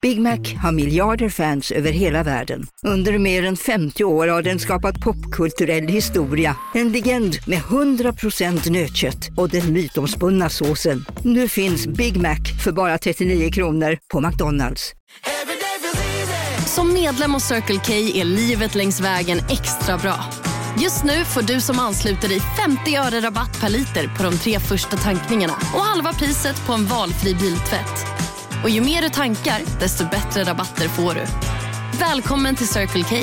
Big Mac har miljarder fans över hela världen. Under mer än 50 år har den skapat popkulturell historia. En legend med 100% nötkött och den mytomspunna såsen. Nu finns Big Mac för bara 39 kronor på McDonald's. Som medlem hos Circle K är livet längs vägen extra bra. Just nu får du som ansluter dig 50 öre rabatt per liter på de 3 första tankningarna och halva priset på en valfri biltvätt. Och ju mer du tankar, desto bättre rabatter får du. Välkommen till Circle K.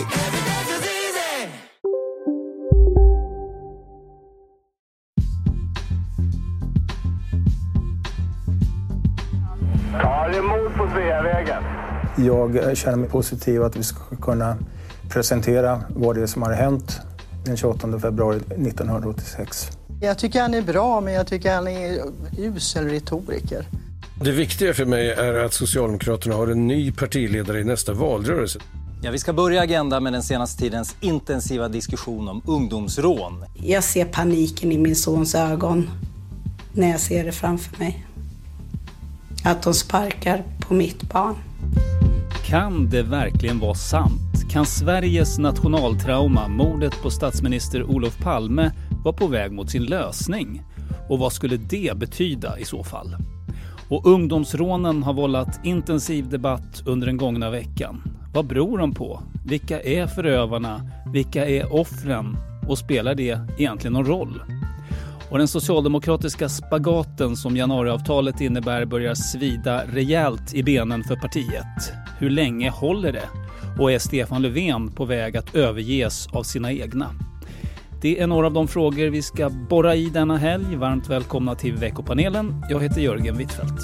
Ta emot på Sveavägen. Jag känner mig positiv att vi ska kunna presentera vad det är som har hänt den 28 februari 1986. Jag tycker han är bra, men jag tycker han är usel retoriker. Det viktiga för mig är att Socialdemokraterna har en ny partiledare i nästa valrörelse. Ja, vi ska börja agenda med den senaste tidens intensiva diskussion om ungdomsrån. Jag ser paniken i min sons ögon när jag ser det framför mig. Att de sparkar på mitt barn. Kan det verkligen vara sant? Kan Sveriges nationaltrauma, mordet på statsminister Olof Palme, vara på väg mot sin lösning? Och vad skulle det betyda i så fall? Och ungdomsrånen har vållat intensiv debatt under den gångna veckan. Vad beror de på? Vilka är förövarna? Vilka är offren? Och spelar det egentligen någon roll? Och den socialdemokratiska spagaten som januariavtalet innebär börjar svida rejält i benen för partiet. Hur länge håller det? Och är Stefan Löfven på väg att överges av sina egna? Det är några av de frågor vi ska borra i denna helg. Varmt välkomna till veckopanelen. Jag heter Jörgen Wittfeldt.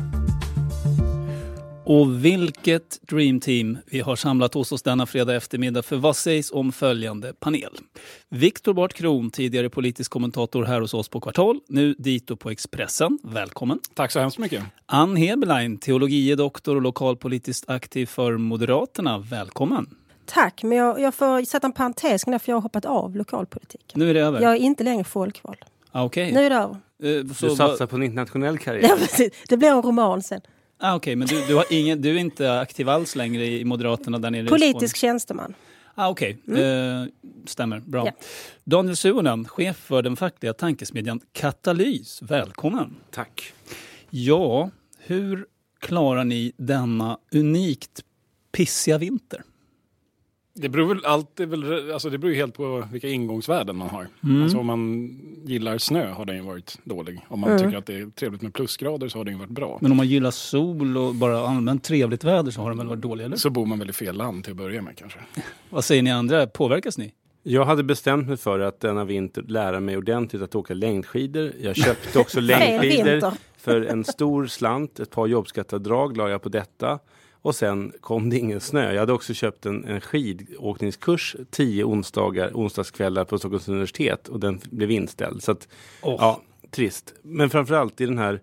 Och vilket dreamteam vi har samlat hos oss denna fredag eftermiddag, för vad sägs om följande panel? Viktor Bart Kron, tidigare politisk kommentator här hos oss på Kvartal, nu dito på Expressen. Välkommen. Tack så hemskt mycket. Ann Heberlein, teologidoktor och lokalpolitiskt aktiv för Moderaterna. Välkommen. Tack, men jag får sätta en parentes för jag har hoppat av lokalpolitiken. Nu är det över. Jag är inte längre folkvald. Okej. Nu är det över. Du satsar på en internationell karriär. Ja, precis. Det blir en roman sen. Okej, men du är inte aktiv alls längre i Moderaterna där nere? Politisk tjänsteman. Okej. Stämmer, bra. Ja. Daniel Suhonen, chef för den fackliga tankesmedjan Katalys. Välkommen. Tack. Ja, hur klarar ni denna unikt pissiga vinter? Det beror ju helt på vilka ingångsvärden man har. Alltså om man gillar snö har den ju varit dålig. Om man tycker att det är trevligt med plusgrader så har den ju varit bra. Men om man gillar sol och bara allmänt trevligt väder så har den väl varit dålig, eller? Så bor man väl i fel land till att börja med kanske. Vad säger ni andra? Påverkas ni? Jag hade bestämt mig för att denna vinter lära mig ordentligt att åka längdskidor. Jag köpte också längdskidor för en stor slant. Ett par jobbskatteavdrag la jag på detta. Och sen kom det ingen snö. Jag hade också köpt en skidåkningskurs 10 onsdagskvällar på Stockholms universitet. Och den blev inställd. Så att, ja, trist. Men framförallt i den här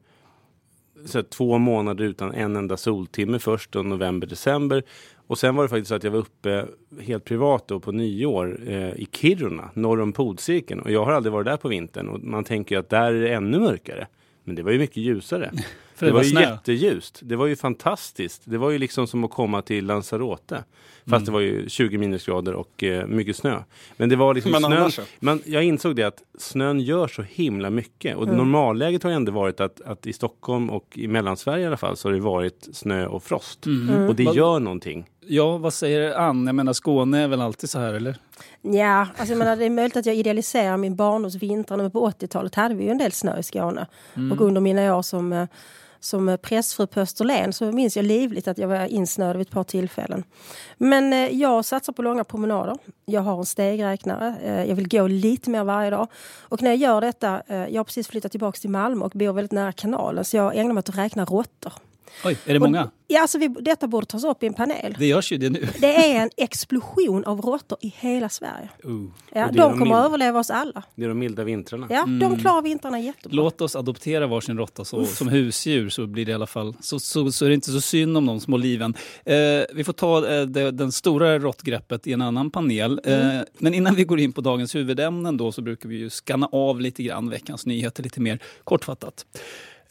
2 månader utan en enda soltimme först. November, december. Och sen var det faktiskt så att jag var uppe helt privat då på nyår i Kiruna, norr om polcirkeln. Och jag har aldrig varit där på vintern. Och man tänker att där är det ännu mörkare. Men det var ju mycket ljusare. Det var ju jätteljust. Det var ju fantastiskt. Det var ju liksom som att komma till Lanzarote. Fast det var ju 20 minusgrader och mycket snö. Men det var liksom snö. Men jag insåg det att snön gör så himla mycket. Och normalläget har ju ändå varit att i Stockholm och i Mellansverige i alla fall så har det varit snö och frost. Och det gör någonting. Ja, vad säger Ann? Jag menar, Skåne är väl alltid så här, eller? Ja, alltså jag menar, det är möjligt att jag idealiserar min barndomsvinter. Men på 80-talet hade vi ju en del snö i Skåne. Och under mina år som pressfru på Österlen så minns jag livligt att jag var insnöad vid ett par tillfällen. Men jag satsar på långa promenader. Jag har en stegräknare. Jag vill gå lite mer varje dag. Och när jag gör detta, jag har precis flyttat tillbaka till Malmö och bor väldigt nära kanalen. Så jag ägnar mig åt att räkna råttor. Oj, är det många? Ja, alltså detta borde tas upp i en panel. Det görs ju det nu. Det är en explosion av råttor i hela Sverige. Ja, de kommer att överleva oss alla. Det är de milda vintrarna. Ja, de klarar vintrarna jättebra. Låt oss adoptera varsin råtta som husdjur så blir det i alla fall så är det inte så synd om de små liven. Vi får ta den stora råttgreppet i en annan panel. Men innan vi går in på dagens huvudämnen då så brukar vi ju skanna av lite grann veckans nyheter lite mer kortfattat.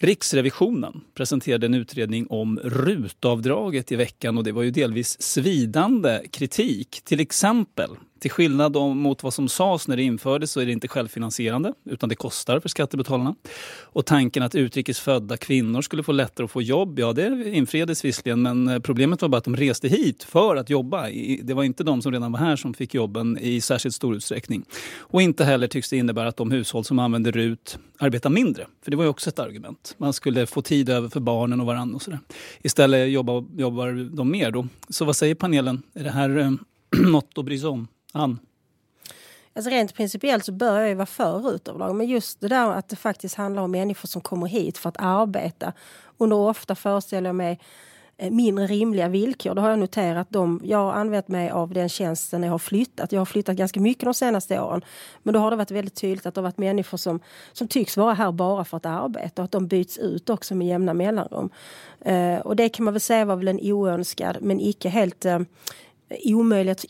Riksrevisionen presenterade en utredning om RUT-avdraget i veckan och det var ju delvis svidande kritik. Till exempel, till skillnad mot vad som sades när det infördes så är det inte självfinansierande utan det kostar för skattebetalarna. Och tanken att utrikesfödda kvinnor skulle få lättare att få jobb, ja det infriades visserligen men problemet var bara att de reste hit för att jobba. Det var inte de som redan var här som fick jobben i särskilt stor utsträckning. Och inte heller tycks det innebära att de hushåll som använder RUT arbetar mindre. För det var ju också ett argument. Man skulle få tid över för barnen och varandra och sådär. Istället jobbar de mer då. Så vad säger panelen? Är det här något att bry sig om? Ann? Alltså rent principiellt så bör jag ju vara för RUT-avdrag. Men just det där att det faktiskt handlar om människor som kommer hit för att arbeta. Under ofta föreställer jag mig mindre rimliga villkor. Då har jag noterat jag har använt mig av den tjänsten när jag har flyttat. Jag har flyttat ganska mycket de senaste åren. Men då har det varit väldigt tydligt att det har varit människor som tycks vara här bara för att arbeta. Och att de byts ut också med jämna mellanrum. Och det kan man väl säga var väl en oönskad men icke helt omöjligt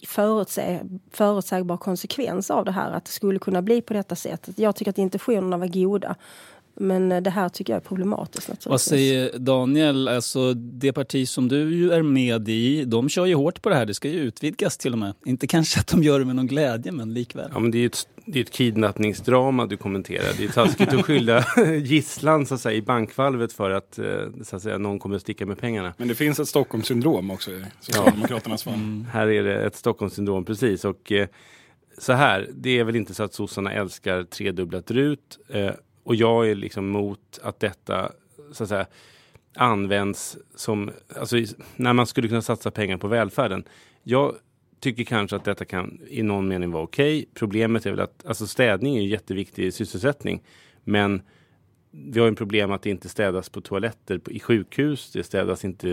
förutsägbar konsekvens av det här. Att det skulle kunna bli på detta sättet. Jag tycker att intentionerna var goda. Men det här tycker jag är problematiskt naturligtvis. Vad säger Daniel? Alltså det parti som du ju är med i, de kör ju hårt på det här. Det ska ju utvidgas till och med. Inte kanske att de gör det med någon glädje, men likväl. Ja, men det är ett kidnappningsdrama du kommenterar. Det är taskigt att skylla gisslan så att säga, i bankvalvet för att, så att säga, någon kommer att sticka med pengarna. Men det finns ett Stockholmssyndrom också i Socialdemokraternas fall. Här är det ett Stockholmssyndrom, precis. Och så här, det är väl inte så att sossarna älskar tredubblat RUT. Och jag är liksom mot att detta så att säga används som, alltså när man skulle kunna satsa pengar på välfärden. Jag tycker kanske att detta kan i någon mening vara okej. Problemet är väl att alltså städning är en jätteviktig sysselsättning. Men vi har en problem att det inte städas på toaletter i sjukhus. Det städas inte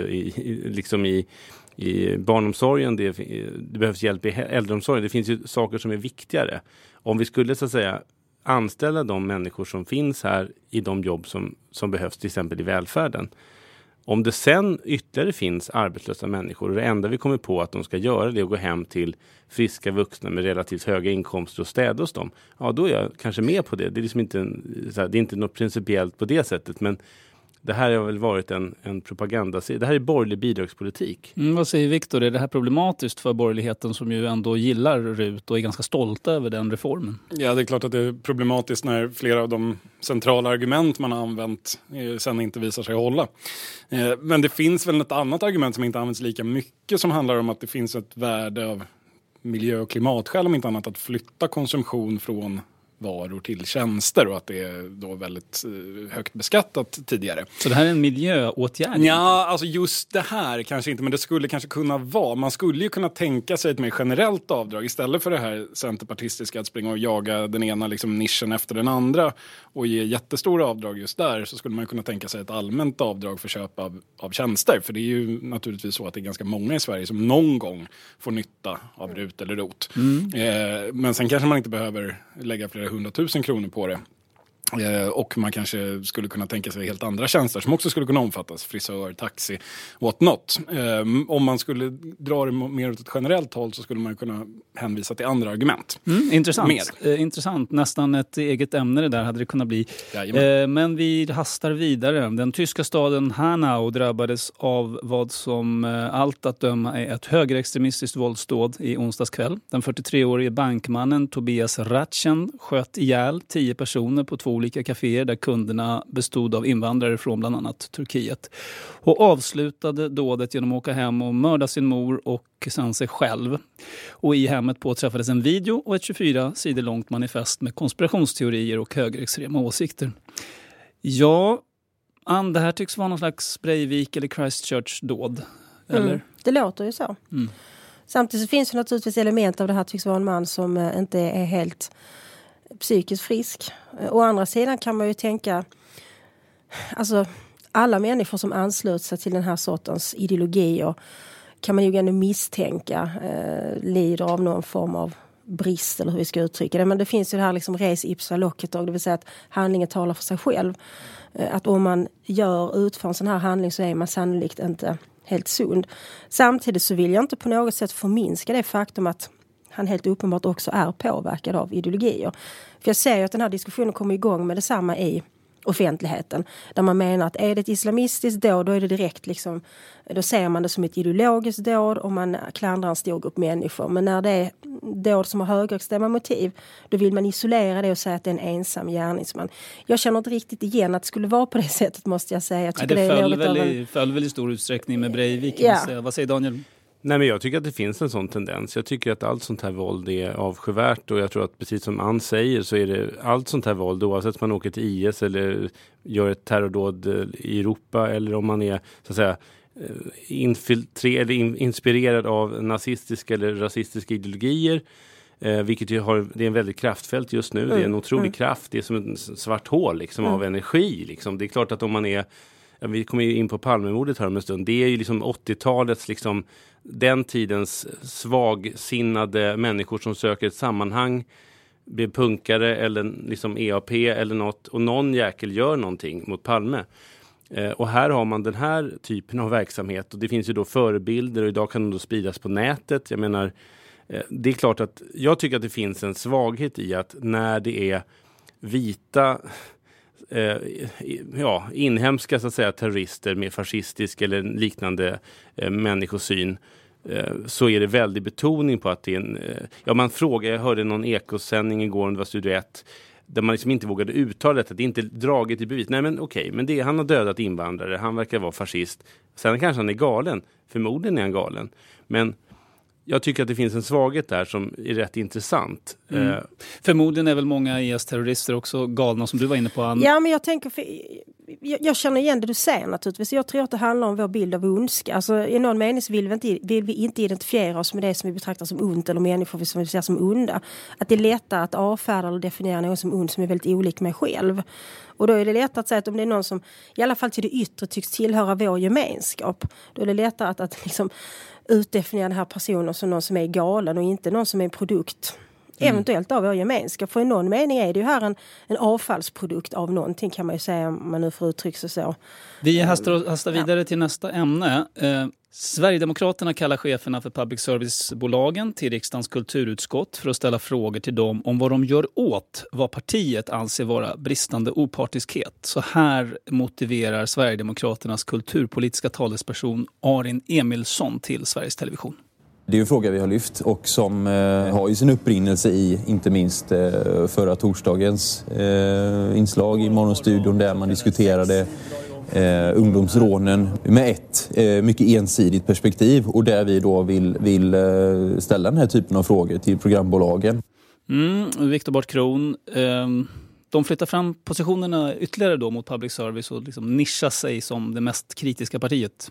i barnomsorgen. Det behövs hjälp i äldreomsorgen. Det finns ju saker som är viktigare. Om vi skulle så att säga anställa de människor som finns här i de jobb som behövs till exempel i välfärden. Om det sen ytterligare finns arbetslösa människor och det enda vi kommer på att de ska göra det är att gå hem till friska vuxna med relativt höga inkomster och städa hos dem. Ja, då är jag kanske med på det. Det är liksom inte, det är inte något principiellt på det sättet, men det här har väl varit en propaganda. Det här är borgerlig bidragspolitik. Vad säger Viktor? Är det här problematiskt för borgerligheten som ju ändå gillar RUT och är ganska stolta över den reformen? Ja, det är klart att det är problematiskt när flera av de centrala argument man har använt sen inte visar sig hålla. Men det finns väl ett annat argument som inte används lika mycket som handlar om att det finns ett värde av miljö- och klimatskäl om inte annat att flytta konsumtion från varor till tjänster och att det är då väldigt högt beskattat tidigare. Så det här är en miljöåtgärd? Ja, alltså just det här kanske inte, men det skulle kanske kunna vara. Man skulle ju kunna tänka sig ett mer generellt avdrag istället för det här centerpartistiska att springa och jaga den ena liksom nischen efter den andra och ge jättestora avdrag just där, så skulle man kunna tänka sig ett allmänt avdrag för köp av tjänster. För det är ju naturligtvis så att det är ganska många i Sverige som någon gång får nytta av RUT eller ROT. Men sen kanske man inte behöver lägga flera 100 000 kronor på det. Och man kanske skulle kunna tänka sig helt andra tjänster som också skulle kunna omfattas. Frisör, taxi, what not. Om man skulle dra det mer åt ett generellt håll så skulle man kunna hänvisa till andra argument. Intressant. Nästan ett eget ämne det där hade det kunnat bli. Men vi hastar vidare. Den tyska staden Hanau drabbades av vad som allt att döma är ett högerextremistiskt våldsdåd i onsdags kväll. Den 43-årige bankmannen Tobias Ratchen sköt ihjäl 10 personer på 2 olika kaféer där kunderna bestod av invandrare från bland annat Turkiet. Och avslutade dådet genom att åka hem och mörda sin mor och sen sig själv. Och i hemmet påträffades en video och ett 24 sidor långt manifest med konspirationsteorier och högerextrema åsikter. Ja, Ann, det här tycks vara någon slags Breivik eller Christchurch-dåd, eller? Det låter ju så. Samtidigt så finns det naturligtvis element av det här tycks vara en man som inte är helt psykiskt frisk. Å andra sidan kan man ju tänka, alltså alla människor som ansluter sig till den här sortens ideologier kan man ju ändå misstänka lider av någon form av brist eller hur vi ska uttrycka det. Men det finns ju det här liksom res ipsa loquitur, det vill säga att handlingen talar för sig själv. Att om man utför en sån här handling så är man sannolikt inte helt sund. Samtidigt så vill jag inte på något sätt förminska det faktum att han helt uppenbart också är påverkad av ideologier. För jag ser ju att den här diskussionen kommer igång med detsamma i offentligheten. Där man menar att är det ett islamistiskt dåd, då är det direkt liksom, då ser man det som ett ideologiskt dåd och man klandrar en stor grupp människor. Men när det är dåd som har högerextrema motiv, då vill man isolera det och säga att det är en ensam gärningsman. Jag känner inte riktigt igen att det skulle vara på det sättet, måste jag säga. Det föll väl i stor utsträckning med Breivik. Ja. Vad säger Daniel? Nej, men jag tycker att det finns en sån tendens. Jag tycker att allt sånt här våld är avskyvärt, och jag tror att precis som Ann säger så är det allt sånt här våld, oavsett om man åker till IS eller gör ett terrordåd i Europa, eller om man är så att säga inspirerad av nazistiska eller rasistiska ideologier, vilket ju det är en väldigt kraftfält just nu. Det är en otrolig kraft, det är som ett svart hål liksom, av energi. Liksom. Det är klart att om man är, vi kommer ju in på Palmemordet här om en stund, det är ju liksom 80-talets liksom, den tidens svagsinnade människor som söker ett sammanhang, blir punkare eller liksom EAP eller något, och någon jäkel gör någonting mot Palme. Och här har man den här typen av verksamhet, och det finns ju då förebilder, och idag kan de då spridas på nätet. Jag menar, det är klart att jag tycker att det finns en svaghet i att när det är vita inhemska så att säga terrorister med fascistisk eller liknande människosyn, så är det väldigt betoning på att det är en... man frågar, jag hörde någon ekosändning igår, om det var Studio 1, där man liksom inte vågade uttala detta. Det är inte draget i bevis. Nej, men okej, men han har dödat invandrare. Han verkar vara fascist. Sen kanske han är galen. Förmodligen är han galen. Men jag tycker att det finns en svaghet där som är rätt intressant. Förmodligen är väl många IS-terrorister också galna, som du var inne på, Ann. Ja, men jag tänker... Jag känner igen det du säger naturligtvis. Jag tror att det handlar om vår bild av ondska. Alltså, i någon mening så vill vi inte identifiera oss med det som vi betraktar som ont, eller människor som vi ser som onda. Att det är lättare att avfärda eller definiera någon som ond som är väldigt olik mig själv. Och då är det lättare att säga att om det är någon som i alla fall till det yttre tycks tillhöra vår gemenskap, då är det lättare att liksom utdefiniera den här personen som någon som är galen och inte någon som är en produkt eventuellt av vår gemenskap. För i någon mening är det ju här en avfallsprodukt av någonting, kan man ju säga, om man nu får uttrycka sig så. Vi hastar vidare till nästa ämne. Sverigedemokraterna kallar cheferna för public service-bolagen till riksdagens kulturutskott för att ställa frågor till dem om vad de gör åt vad partiet anser vara bristande opartiskhet. Så här motiverar Sverigedemokraternas kulturpolitiska talesperson Arin Emilsson till Sveriges Television. Det är en fråga vi har lyft och som har ju sin upprinnelse i inte minst förra torsdagens inslag i Morgonstudion, där man diskuterade ungdomsrånen med ett mycket ensidigt perspektiv, och där vi då vill ställa den här typen av frågor till programbolagen. Viktor Bartkron, de flyttar fram positionerna ytterligare då mot public service och liksom nischar sig som det mest kritiska partiet.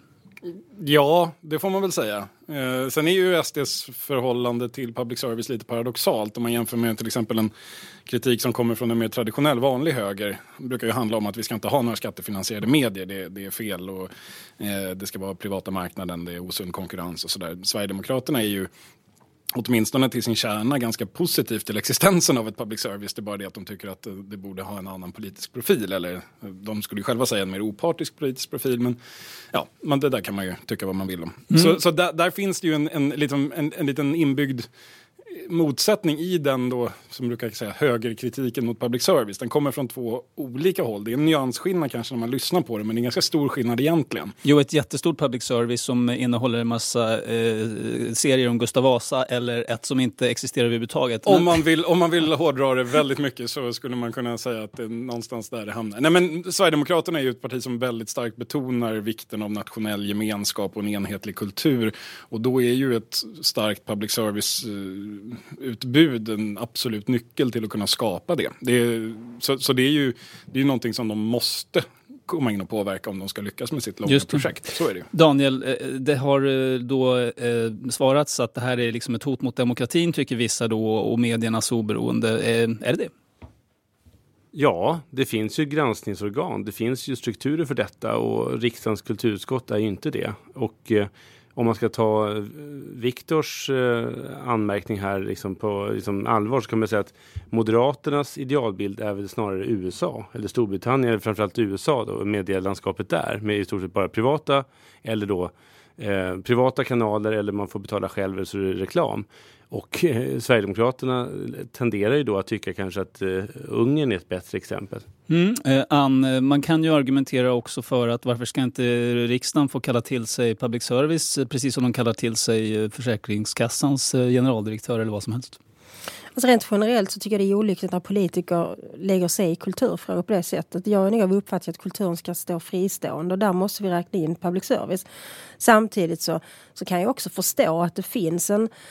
Ja, det får man väl säga. Sen är ju SDs förhållande till public service lite paradoxalt om man jämför med till exempel en kritik som kommer från en mer traditionell vanlig höger. Det brukar ju handla om att vi ska inte ha några skattefinansierade medier, det är fel, och det ska vara privata marknaden, det är osund konkurrens och sådär. Sverigedemokraterna är ju åtminstone till sin kärna ganska positivt till existensen av ett public service. Det är bara det att de tycker att det borde ha en annan politisk profil, eller de skulle ju själva säga en mer opartisk politisk profil, men ja, det där kan man ju tycka vad man vill om. Så där finns det ju en liten inbyggd motsättning i den då, som brukar säga, högerkritiken mot public service. Den kommer från två olika håll. Det är en nyansskillnad kanske när man lyssnar på det, men det är en ganska stor skillnad egentligen. Jo, ett jättestort public service som innehåller en massa serier om Gustav Vasa, eller ett som inte existerar överhuvudtaget. Om man vill hårdra det väldigt mycket, så skulle man kunna säga att det är någonstans där det hamnar. Nej, men Sverigedemokraterna är ju ett parti som väldigt starkt betonar vikten av nationell gemenskap och en enhetlig kultur, och då är ju ett starkt public service utbud en absolut nyckel till att kunna skapa det. Så det är ju någonting som de måste komma in och påverka om de ska lyckas med sitt långa projekt. Så är det ju. Daniel, det har då svarats att det här är liksom ett hot mot demokratin, tycker vissa då, och mediernas oberoende. Är det? Ja, det finns ju granskningsorgan. Det finns ju strukturer för detta, och riksdagens kulturutskott är ju inte det. Och om man ska ta Viktors anmärkning här liksom på liksom allvar, så kan man säga att Moderaternas idealbild är väl snarare USA eller Storbritannien, eller framförallt USA då, medielandskapet där, med i stort sett bara privata eller då privata kanaler eller man får betala själv eller så är det reklam. Och Sverigedemokraterna tenderar ju då att tycka kanske att Ungern är ett bättre exempel. Ann, man kan ju argumentera också för att varför ska inte riksdagen få kalla till sig public service precis som de kallar till sig Försäkringskassans generaldirektör eller vad som helst? Alltså rent generellt så tycker jag det är olyckligt när politiker lägger sig i kulturfrågor på det sättet. Jag är nog av uppfattning att kulturen ska stå fristående och där måste vi räkna in public service. Samtidigt så kan jag också förstå att det finns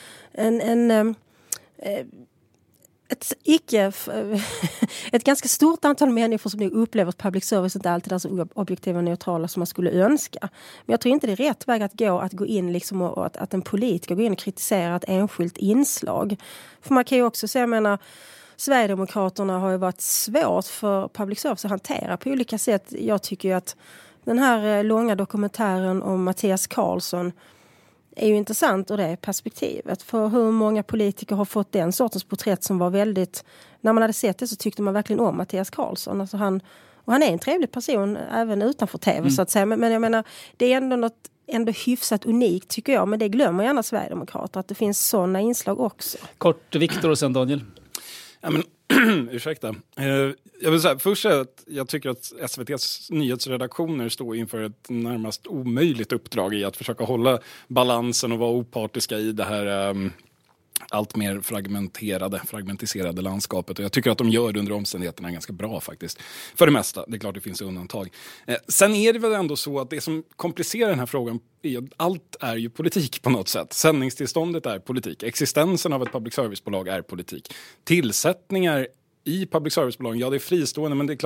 ett ganska stort antal människor som upplever att public service inte alltid är så objektiva och neutrala som man skulle önska. Men jag tror inte det är rätt väg att gå in liksom och att en politiker går in och kritiserar ett enskilt inslag. För man kan ju också säga, jag menar, Sverigedemokraterna har ju varit svårt för public service att hantera på olika sätt. Jag tycker ju att den här långa dokumentären om Mattias Karlsson är ju intressant ur det perspektivet. För hur många politiker har fått den sortens porträtt som var väldigt... När man hade sett det så tyckte man verkligen om Mattias Karlsson. Alltså han är en trevlig person även utanför tv så att säga. Men jag menar, det är ändå något hyfsat unikt tycker jag. Men det glömmer gärna Sverigedemokrater att det finns sådana inslag också. Kort Viktor och sen Daniel. Ja, men, ursäkta. Jag vill säga först att jag tycker att SVT:s nyhetsredaktioner står inför ett närmast omöjligt uppdrag i att försöka hålla balansen och vara opartiska i det här allt mer fragmentiserade landskapet. Och jag tycker att de gör det under omständigheterna ganska bra faktiskt. För det mesta. Det är klart det finns undantag. Sen är det väl ändå så att det som komplicerar den här frågan är att allt är ju politik på något sätt. Sändningstillståndet är politik. Existensen av ett public servicebolag är politik. Tillsättningar i public servicebolag, ja det är fristående, men det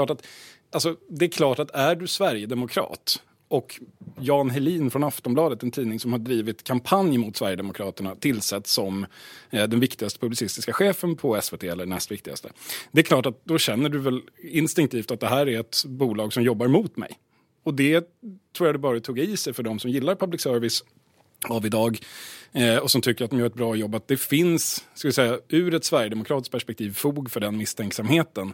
är klart att är du Sverigedemokrat och Jan Helin från Aftonbladet, en tidning som har drivit kampanj mot Sverigedemokraterna, tillsätts som den viktigaste publicistiska chefen på SVT eller näst viktigaste. Det är klart att då känner du väl instinktivt att det här är ett bolag som jobbar mot mig. Och det tror jag det bara tog i sig för de som gillar public service av idag och som tycker att de gör ett bra jobb, att det finns, ska vi säga, ur ett sverigedemokratiskt perspektiv fog för den misstänksamheten.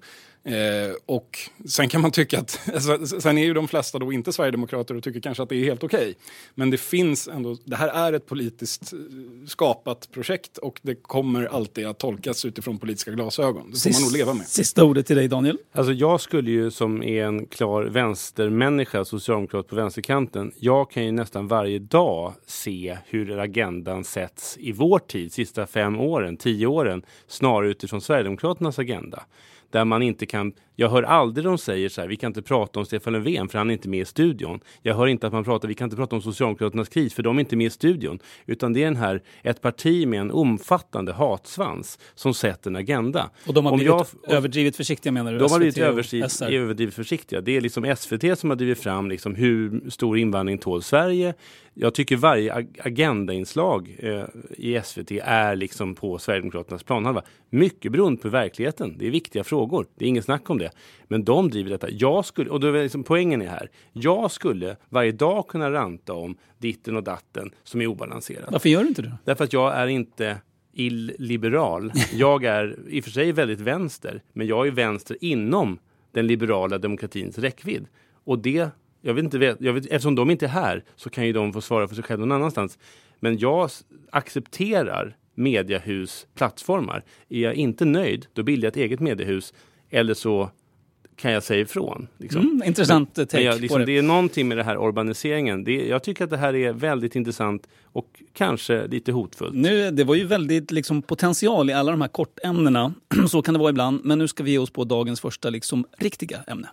Och sen kan man tycka att sen är ju de flesta då inte sverigedemokrater och tycker kanske att det är helt okej. Men det finns ändå, det här är ett politiskt skapat projekt och det kommer alltid att tolkas utifrån politiska glasögon. Det får man nog leva med. Sista ordet till dig Daniel. Alltså jag skulle ju som är en klar vänstermänniska, socialdemokrat på vänsterkanten, jag kan ju nästan varje dag se hur agendan sätts i vår tid, sista 5 åren, 10 åren, snarare utifrån Sverigedemokraternas agenda. Där man inte kan, jag hör aldrig de säger så här, vi kan inte prata om Stefan Löfven för han är inte med i studion. Jag hör inte att man pratar, vi kan inte prata om Socialdemokraternas kris för de är inte med i studion. Utan det är ett parti med en omfattande hatsvans som sätter en agenda. Och de har blivit överdrivet försiktiga menar du? De har blivit överdrivet försiktiga. Det är liksom SVT som har drivit fram liksom hur stor invandring tål Sverige. Jag tycker varje agendainslag i SVT är liksom på Sverigedemokraternas planhalva. Mycket beroende på verkligheten. Det är viktiga frågor. Det är ingen snack om det. Men de driver detta. Och då är liksom, poängen är här. Jag skulle varje dag kunna ranta om ditten och datten som är obalanserat. Varför gör du inte det? Därför att jag är inte illiberal. Jag är i och för sig väldigt vänster. Men jag är vänster inom den liberala demokratins räckvidd. Och det... eftersom de inte är här så kan ju de få svara för sig själv någon annanstans. Men jag accepterar mediehus plattformar. Är jag inte nöjd, då bildar jag ett eget mediehus. Eller så kan jag säga ifrån. Liksom. Intressant take på det. Det är någonting med det här urbaniseringen. Jag tycker att det här är väldigt intressant och kanske lite hotfullt. Det var ju väldigt potential i alla de här kortämnena. Så kan det vara ibland. Men nu ska vi ge oss på dagens första riktiga ämne.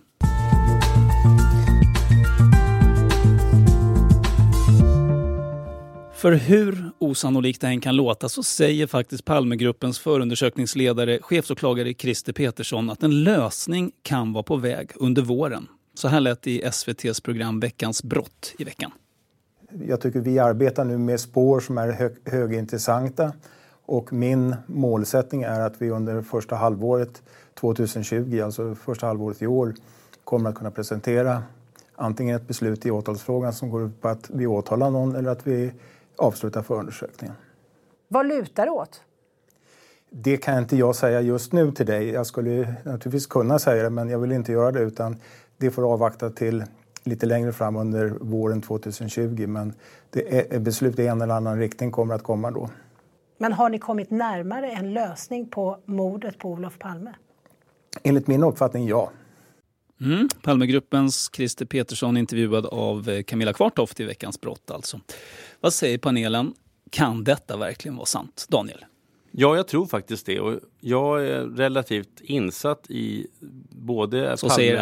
För hur osannolikt det än kan låta så säger faktiskt Palmegruppens förundersökningsledare, chefsåklagare Christer Petersson, att en lösning kan vara på väg under våren. Så här lät det i SVT:s program Veckans brott i veckan. Jag tycker vi arbetar nu med spår som är högintressanta och min målsättning är att vi under första halvåret 2020, alltså första halvåret i år, kommer att kunna presentera antingen ett beslut i åtalsfrågan som går ut på att vi åtalar någon eller att vi avslutar förundersökningen. Vad lutar det åt? Det kan inte jag säga just nu till dig. Jag skulle naturligtvis kunna säga det men jag vill inte göra det utan det får avvakta till lite längre fram under våren 2020. Men beslut i en eller annan riktning kommer att komma då. Men har ni kommit närmare en lösning på mordet på Olof Palme? Enligt min uppfattning, ja. Palmegruppens Christer Petersson intervjuad av Camilla Kvartoft i Veckans brott alltså. Vad säger panelen? Kan detta verkligen vara sant? Daniel? Ja, jag tror faktiskt det. Och jag är relativt insatt i både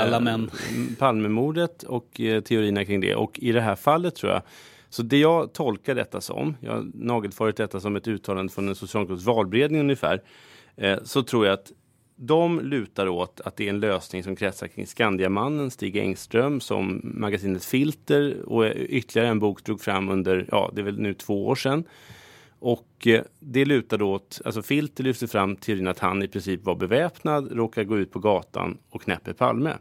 Palmemordet och teorierna kring det. Och i det här fallet tror jag, så det jag tolkar detta som, jag har nagelfarit detta som ett uttalande från den socialdemokratiska valberedningen ungefär, så tror jag att de lutar åt att det är en lösning som kretsar kring Skandiamannen, Stig Engström, som magasinet Filter och ytterligare en bok drog fram under, det är väl nu 2 år sedan. Och det lutar åt, alltså Filter lyfter fram teorin att han i princip var beväpnad, råkar gå ut på gatan och knäpper Palme.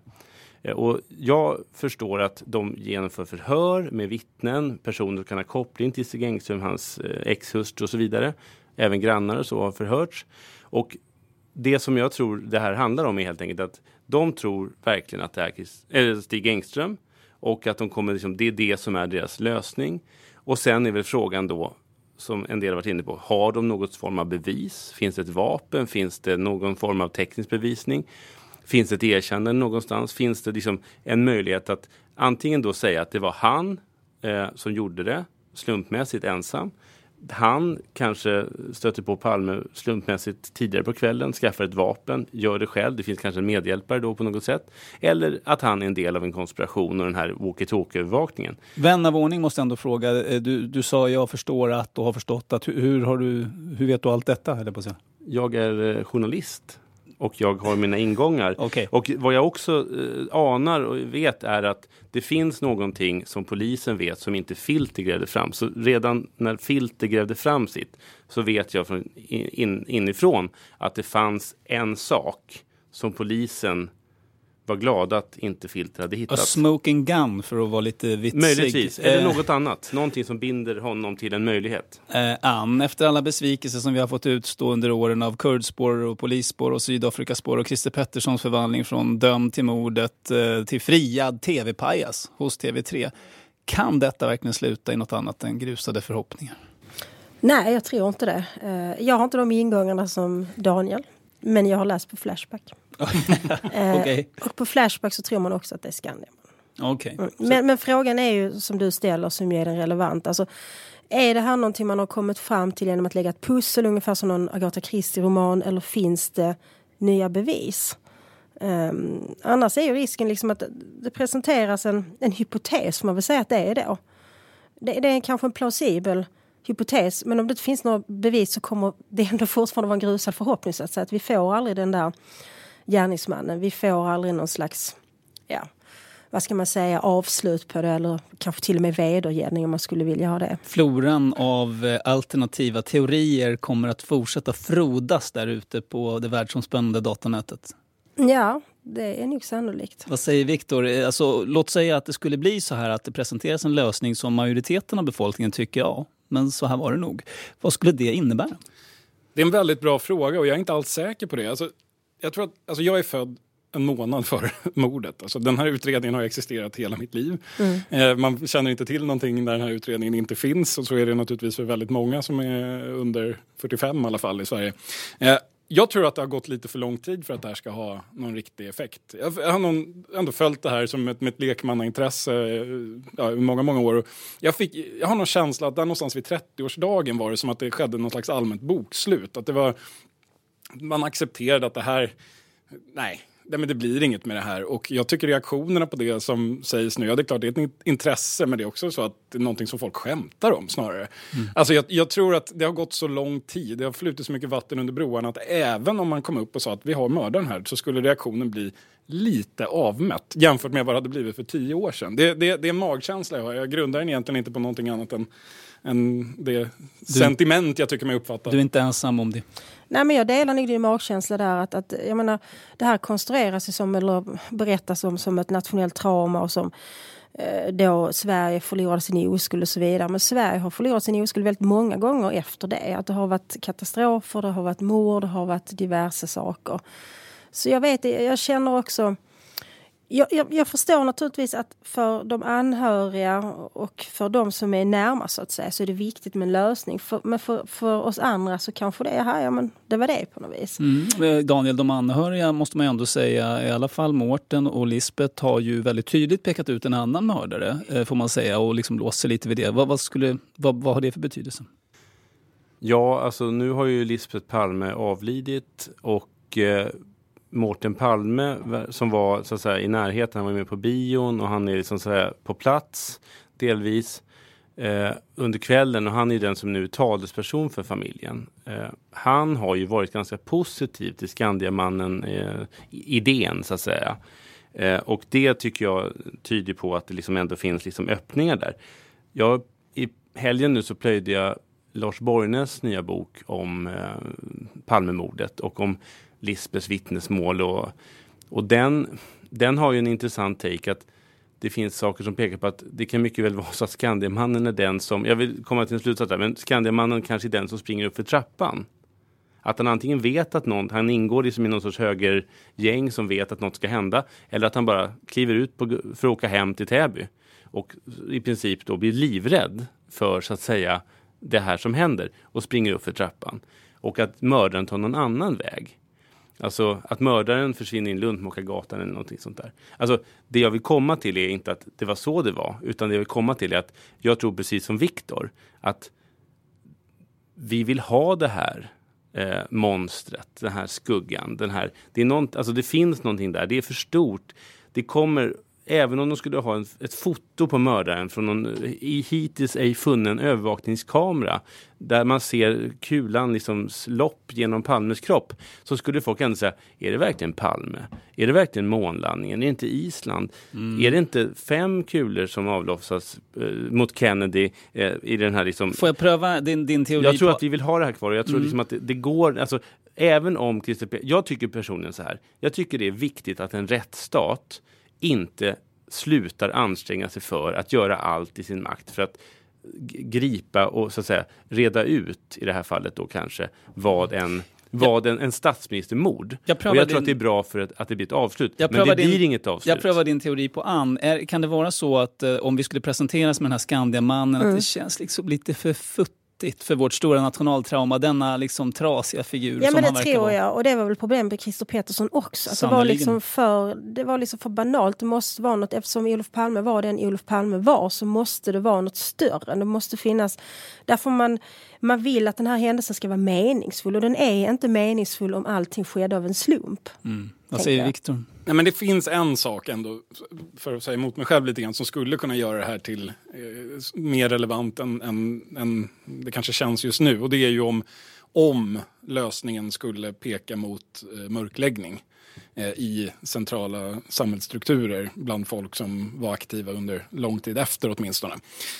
Och jag förstår att de genomför förhör med vittnen, personer som kan ha koppling till Stig Engström, hans ex-hustru och så vidare. Även grannar och så har förhörts. Och det som jag tror det här handlar om är helt enkelt att de tror verkligen att det är Stig Engström och att de kommer, det är det som är deras lösning. Och sen är väl frågan då, som en del har varit inne på, har de något form av bevis? Finns det ett vapen? Finns det någon form av teknisk bevisning? Finns det ett erkännande någonstans? Finns det en möjlighet att antingen då säga att det var han som gjorde det slumpmässigt ensam. Han kanske stöter på Palme slumpmässigt tidigare på kvällen, skaffar ett vapen, gör det själv. Det finns kanske en medhjälpare då på något sätt. Eller att han är en del av en konspiration och den här walkie-talkie-övervakningen. Vän av ordning måste ändå fråga. Du sa jag förstår att och har förstått att. Hur vet du allt detta? Eller på så? Jag är journalist. Och jag har mina ingångar. Okay. Och vad jag också anar och vet är att det finns någonting som polisen vet som inte Filter grävde fram. Så redan när Filter grävde fram sitt så vet jag från inifrån att det fanns en sak som polisen var glad att inte Filter hade hittat. A smoking gun för att vara lite vitsig. Möjligtvis, eller något annat. Någonting som binder honom till en möjlighet. Ann, efter alla besvikelser som vi har fått utstå under åren av kurdspår och polisspår och Sydafrikaspår och Christer Petterssons förvandling från dömd till mordet till friad tv-pajas hos TV3. Kan detta verkligen sluta i något annat än grusade förhoppningar? Nej, jag tror inte det. Jag har inte de ingångarna som Daniel, men jag har läst på Flashback. Okay. Och på Flashback så tror man också att det är Skandiamannen. Okay. Men frågan är ju som du ställer som är den relevant. Alltså, är det här någonting man har kommit fram till genom att lägga ett pussel ungefär som någon Agatha Christie-roman eller finns det nya bevis? Annars är ju risken att det presenteras en hypotes, man vill säga att det är då. Det är kanske en plausibel hypotes, men om det inte finns några bevis så kommer det ändå fortfarande vara en grusad förhoppning så att vi får aldrig den där gärningsmannen. Vi får aldrig någon slags, vad ska man säga, avslut på det eller kanske till och med vedergällning om man skulle vilja ha det. Floran av alternativa teorier kommer att fortsätta frodas där ute på det världsomspännande datanätet. Ja, det är nog sannolikt. Vad säger Viktor? Alltså, låt säga att det skulle bli så här att det presenteras en lösning som majoriteten av befolkningen tycker men så här var det nog. Vad skulle det innebära? Det är en väldigt bra fråga och jag är inte alls säker på det. Jag tror att jag är född en månad före mordet. Alltså, den här utredningen har existerat hela mitt liv. Man känner inte till någonting när den här utredningen inte finns. Och så är det naturligtvis för väldigt många som är under 45 i alla fall i Sverige. Jag tror att det har gått lite för lång tid för att det här ska ha någon riktig effekt. Jag har ändå följt det här som ett lekmannaintresse i många år. Jag har någon känsla att där någonstans vid 30-årsdagen var det som att det skedde någon slags allmänt bokslut. Att det var, man accepterade att det här, men det blir inget med det här. Och jag tycker reaktionerna på det som sägs nu, det är klart det är ett intresse, men det är också så att det är någonting som folk skämtar om snarare. Alltså jag tror att det har gått så lång tid, det har flutit så mycket vatten under broarna att även om man kom upp och sa att vi har mördaren här så skulle reaktionen bli lite avmätt jämfört med vad det hade blivit för 10 år sedan. Det är en magkänsla jag har. Jag grundar den egentligen inte på någonting annat än det sentiment jag tycker mig uppfatta. Du är inte ensam om det. Nej, men jag delar nog din magkänsla där att jag menar, det här konstrueras som eller berättas som ett nationellt trauma och som då Sverige förlorade sin oskuld och så vidare. Men Sverige har förlorat sin oskuld väldigt många gånger efter det. Att det har varit katastrofer, det har varit mord, det har varit diverse saker. Så jag känner också, Jag förstår naturligtvis att för de anhöriga och för de som är närmast så att säga så är det viktigt med en lösning. Men för oss andra så kanske det är här, men det var det på något vis. Daniel, de anhöriga måste man ju ändå säga, i alla fall Mårten och Lisbeth har ju väldigt tydligt pekat ut en annan mördare, får man säga, och liksom låser lite vid det. Vad har det för betydelse? Ja, alltså nu har ju Lisbeth Palme avlidit och Mårten Palme som var så att säga i närheten, han var med på bion och han är liksom så här på plats delvis under kvällen, och han är den som nu är talesperson för familjen. Han har ju varit ganska positiv till Skandiamannen idén så att säga. Och det tycker jag tyder på att det liksom ändå finns liksom öppningar där. I helgen nu så plöjde jag Lars Borgnäs nya bok om Palmemordet och om Lisbeths vittnesmål och den har ju en intressant take att det finns saker som pekar på att det kan mycket väl vara så att Skandiamannen är den som, jag vill komma till en slutsats där, men Skandiamannen kanske är den som springer upp för trappan. Att han antingen vet att han ingår liksom i någon sorts högergäng som vet att något ska hända, eller att han bara kliver ut för att åka hem till Täby och i princip då blir livrädd för så att säga det här som händer och springer upp för trappan. Och att mördaren tar någon annan väg. Alltså att mördaren försvinner in Lundmåkargatan eller någonting sånt där. Alltså det jag vill komma till är inte att det var så det var, utan det jag vill komma till är att jag tror precis som Viktor att vi vill ha det här monstret, den här skuggan, det finns någonting där, det är för stort. Det kommer, även om de skulle ha ett foto på mördaren från någon hittills ej funnen övervakningskamera där man ser kulan liksom lopp genom Palmes kropp, så skulle folk ändå säga, är det verkligen Palme? Är det verkligen månlandningen? Är det inte Island? Är det inte 5 kulor som avlossas mot Kennedy i den här liksom... Får jag pröva din teori? Jag tror att vi vill ha det här kvar och jag tror liksom att det går, alltså även om jag tycker personligen så här, jag tycker det är viktigt att en rättsstat inte slutar anstränga sig för att göra allt i sin makt för att gripa och så att säga reda ut i det här fallet då kanske vad en statsministermord. Och jag tror att det är bra för att det blir ett avslut. Men det blir inget avslut. Jag prövar din teori på Ann. Kan det vara så att om vi skulle presenteras med den här Skandiamannen att det känns liksom lite för futtigt för vårt stora nationaltrauma, denna liksom trasiga figur som han verkar vara? Ja, men det tror jag. Och det var väl problemet med Christer Pettersson också. Att det var liksom för banalt. Det måste vara något, eftersom Olof Palme var den Olof Palme var, så måste det vara något större. Det måste finnas, därför man vill att den här händelsen ska vara meningsfull, och den är inte meningsfull om allting skedde av en slump. Vad säger Viktor? Nej, men det finns en sak ändå, för att säga emot mig själv lite grann, som skulle kunna göra det här till mer relevant än det kanske känns just nu. Och det är ju om lösningen skulle peka mot mörkläggning i centrala samhällsstrukturer bland folk som var aktiva under lång tid efter åtminstone.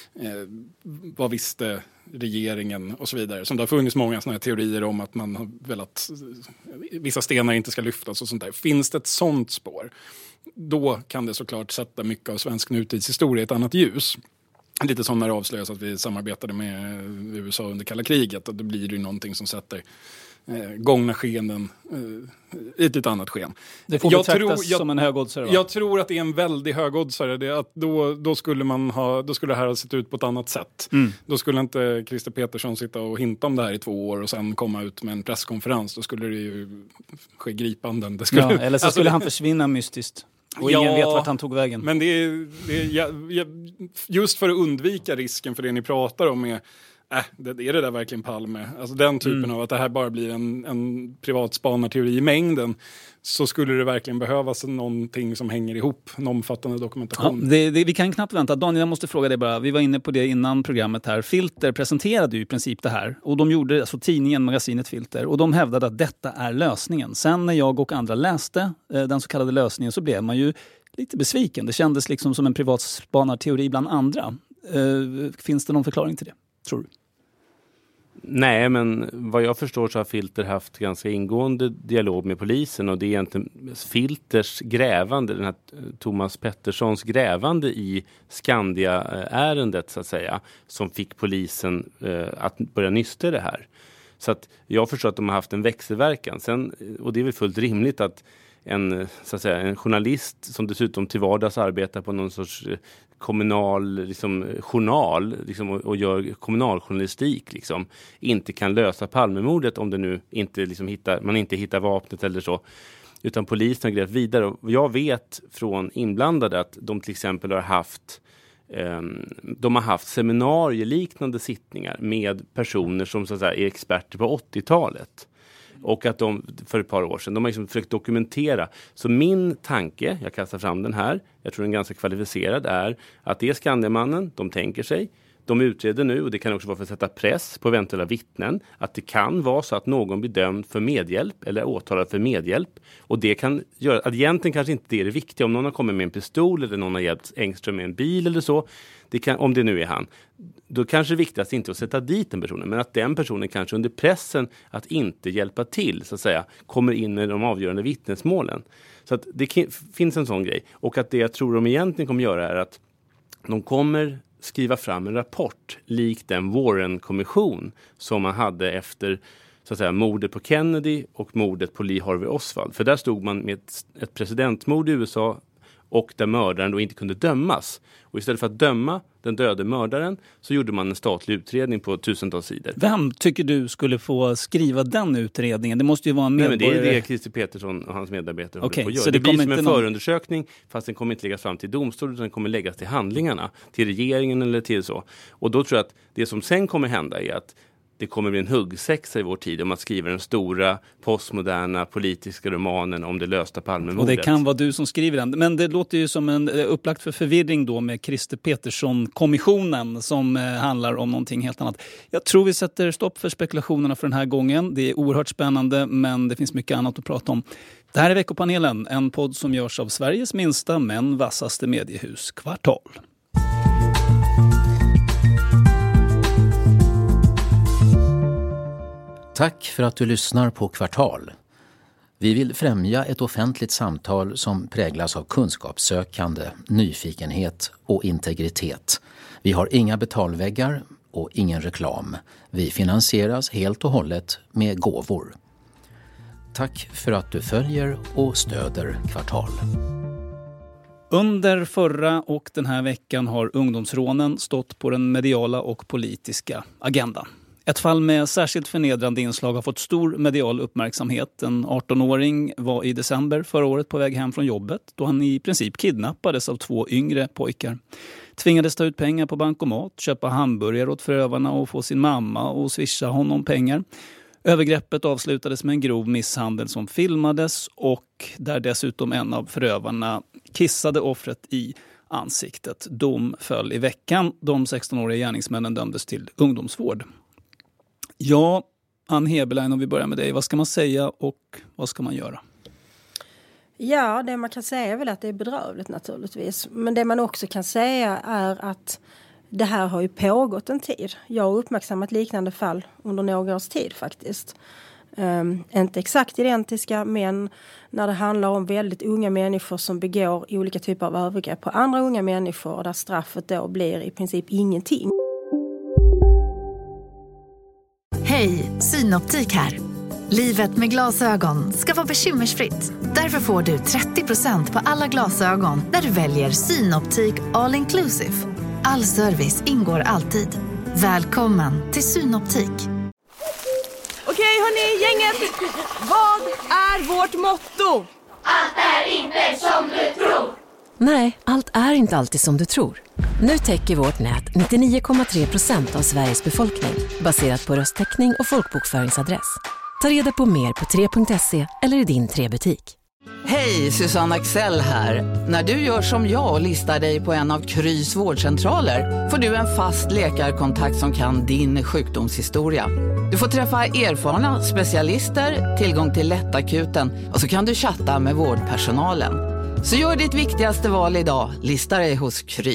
Vad visste regeringen och så vidare. Som det har funnits många sådana här teorier om att man har velat vissa stenar inte ska lyftas och sånt där. Finns det ett sånt spår, då kan det såklart sätta mycket av svensk nutidshistoria i ett annat ljus. Lite som när det avslöjas att vi samarbetade med USA under kalla kriget, och då blir det ju någonting som sätter gångna skenen i ett annat sken. Det får betraktas som en högoddsare, va? Jag tror att det är en väldigt högoddsare. Det att då skulle det här ha sett ut på ett annat sätt. Då skulle inte Christer Pettersson sitta och hinta om det här i 2 år och sen komma ut med en presskonferens. Då skulle det ju ske gripanden. Eller så skulle han försvinna mystiskt. Och ingen vet vart han tog vägen. Men just för att undvika risken för det ni pratar om är det där verkligen Palme? Alltså den typen av att det här bara blir en privatspanarteori i mängden, så skulle det verkligen behövas någonting som hänger ihop, en omfattande dokumentation. Ja, vi kan knappt vänta. Daniel, jag måste fråga dig bara. Vi var inne på det innan programmet här. Filter presenterade ju i princip det här. Och de gjorde, alltså tidningen, magasinet Filter. Och de hävdade att detta är lösningen. Sen när jag och andra läste den så kallade lösningen, så blev man ju lite besviken. Det kändes liksom som en privatspanarteori bland andra. Finns det någon förklaring till det, tror du? Nej, men vad jag förstår så har Filter haft ganska ingående dialog med polisen, och det är egentligen Filters grävande, den här Thomas Petterssons grävande i Skandia-ärendet så att säga, som fick polisen att börja nysta i det här. Så att jag förstår att de har haft en växelverkan. Sen, och det är väl fullt rimligt att så att säga, en journalist som dessutom till vardags arbetar på någon sorts kommunal liksom, journal liksom, och gör kommunaljournalistik liksom, inte kan lösa Palmemordet om det nu inte liksom, man inte hittar vapnet eller så. Utan polisen har grävt vidare. Och jag vet från inblandade att de till exempel har haft seminarieliknande sittningar med personer som så att säga, är experter på 80-talet. Och att de för ett par år sedan, de har liksom försökt dokumentera. Så min tanke, jag kastar fram den här, jag tror den är ganska kvalificerad, är att det är Skandiamannen, de tänker sig. De utreder nu, och det kan också vara för att sätta press på eventuella vittnen, att det kan vara så att någon blir dömd för medhjälp eller åtalad för medhjälp. Och det kan göra, att egentligen kanske inte det är det viktiga. Om någon har kommit med en pistol eller någon har hjälpt Engström med en bil eller så, det kan, om det nu är han, då kanske det viktigaste inte att sätta dit den personen, men att den personen kanske under pressen att inte hjälpa till, så att säga, kommer in i de avgörande vittnesmålen. Så att det finns en sån grej. Och att det jag tror de egentligen kommer göra är att de kommer skriva fram en rapport lik den Warren-kommission som man hade efter så att säga, mordet på Kennedy och mordet på Lee Harvey Oswald. För där stod man med ett presidentmord i USA och där mördaren då inte kunde dömas. Och istället för att döma den döde mördaren så gjorde man en statlig utredning på tusentals sidor. Vem tycker du skulle få skriva den utredningen? Det måste ju vara en medborgare. Nej, men det är det Christer Petersson och hans medarbetare håller på att göra. Så det blir som en förundersökning, fast den kommer inte läggas fram till domstol utan den kommer läggas till handlingarna, till regeringen eller till så. Och då tror jag att det som sen kommer hända är att det kommer bli en huggsexa i vår tid om att skriva den stora postmoderna politiska romanen om det lösta Palmemordet. Och det kan vara du som skriver den. Men det låter ju som en upplagt för förvirring då med Christer Petersson-kommissionen som handlar om någonting helt annat. Jag tror vi sätter stopp för spekulationerna för den här gången. Det är oerhört spännande, men det finns mycket annat att prata om. Det här är Veckopanelen, en podd som görs av Sveriges minsta men vassaste mediehus, Kvartal. Tack för att du lyssnar på Kvartal. Vi vill främja ett offentligt samtal som präglas av kunskapssökande, nyfikenhet och integritet. Vi har inga betalväggar och ingen reklam. Vi finansieras helt och hållet med gåvor. Tack för att du följer och stöder Kvartal. Under förra och den här veckan har ungdomsrånen stått på den mediala och politiska agendan. Ett fall med särskilt förnedrande inslag har fått stor medial uppmärksamhet. En 18-åring var i december förra året på väg hem från jobbet då han i princip kidnappades av 2 yngre pojkar. Tvingades ta ut pengar på bankomat, köpa hamburgare åt förövarna och få sin mamma och swisha honom pengar. Övergreppet avslutades med en grov misshandel som filmades och där dessutom en av förövarna kissade offret i ansiktet. Dom föll i veckan. De 16-åriga gärningsmännen dömdes till ungdomsvård. Ja, Ann Heberlein, om vi börjar med dig. Vad ska man säga och vad ska man göra? Ja, det man kan säga är väl att det är bedrövligt naturligtvis. Men det man också kan säga är att det här har ju pågått en tid. Jag har uppmärksammat liknande fall under några års tid faktiskt. Inte exakt identiska, men när det handlar om väldigt unga människor som begår olika typer av övergrepp på andra unga människor där straffet då blir i princip ingenting. Hej, Synoptik här. Livet med glasögon ska vara bekymmersfritt. Därför får du 30% på alla glasögon när du väljer Synoptik All Inclusive. All service ingår alltid. Välkommen till Synoptik. Okej hörni, gänget. Vad är vårt motto? Allt är inte som du tror. Nej, allt är inte alltid som du tror. Nu täcker vårt nät 99,3% av Sveriges befolkning baserat på röstteckning och folkbokföringsadress. Ta reda på mer på 3.se eller i din 3-butik. Hej, Susanne Axel här. När du gör som jag och listar dig på en av Krys vårdcentraler får du en fast läkarkontakt som kan din sjukdomshistoria. Du får träffa erfarna specialister, tillgång till lättakuten och så kan du chatta med vårdpersonalen. Så gör ditt viktigaste val idag. Lista dig hos Kry.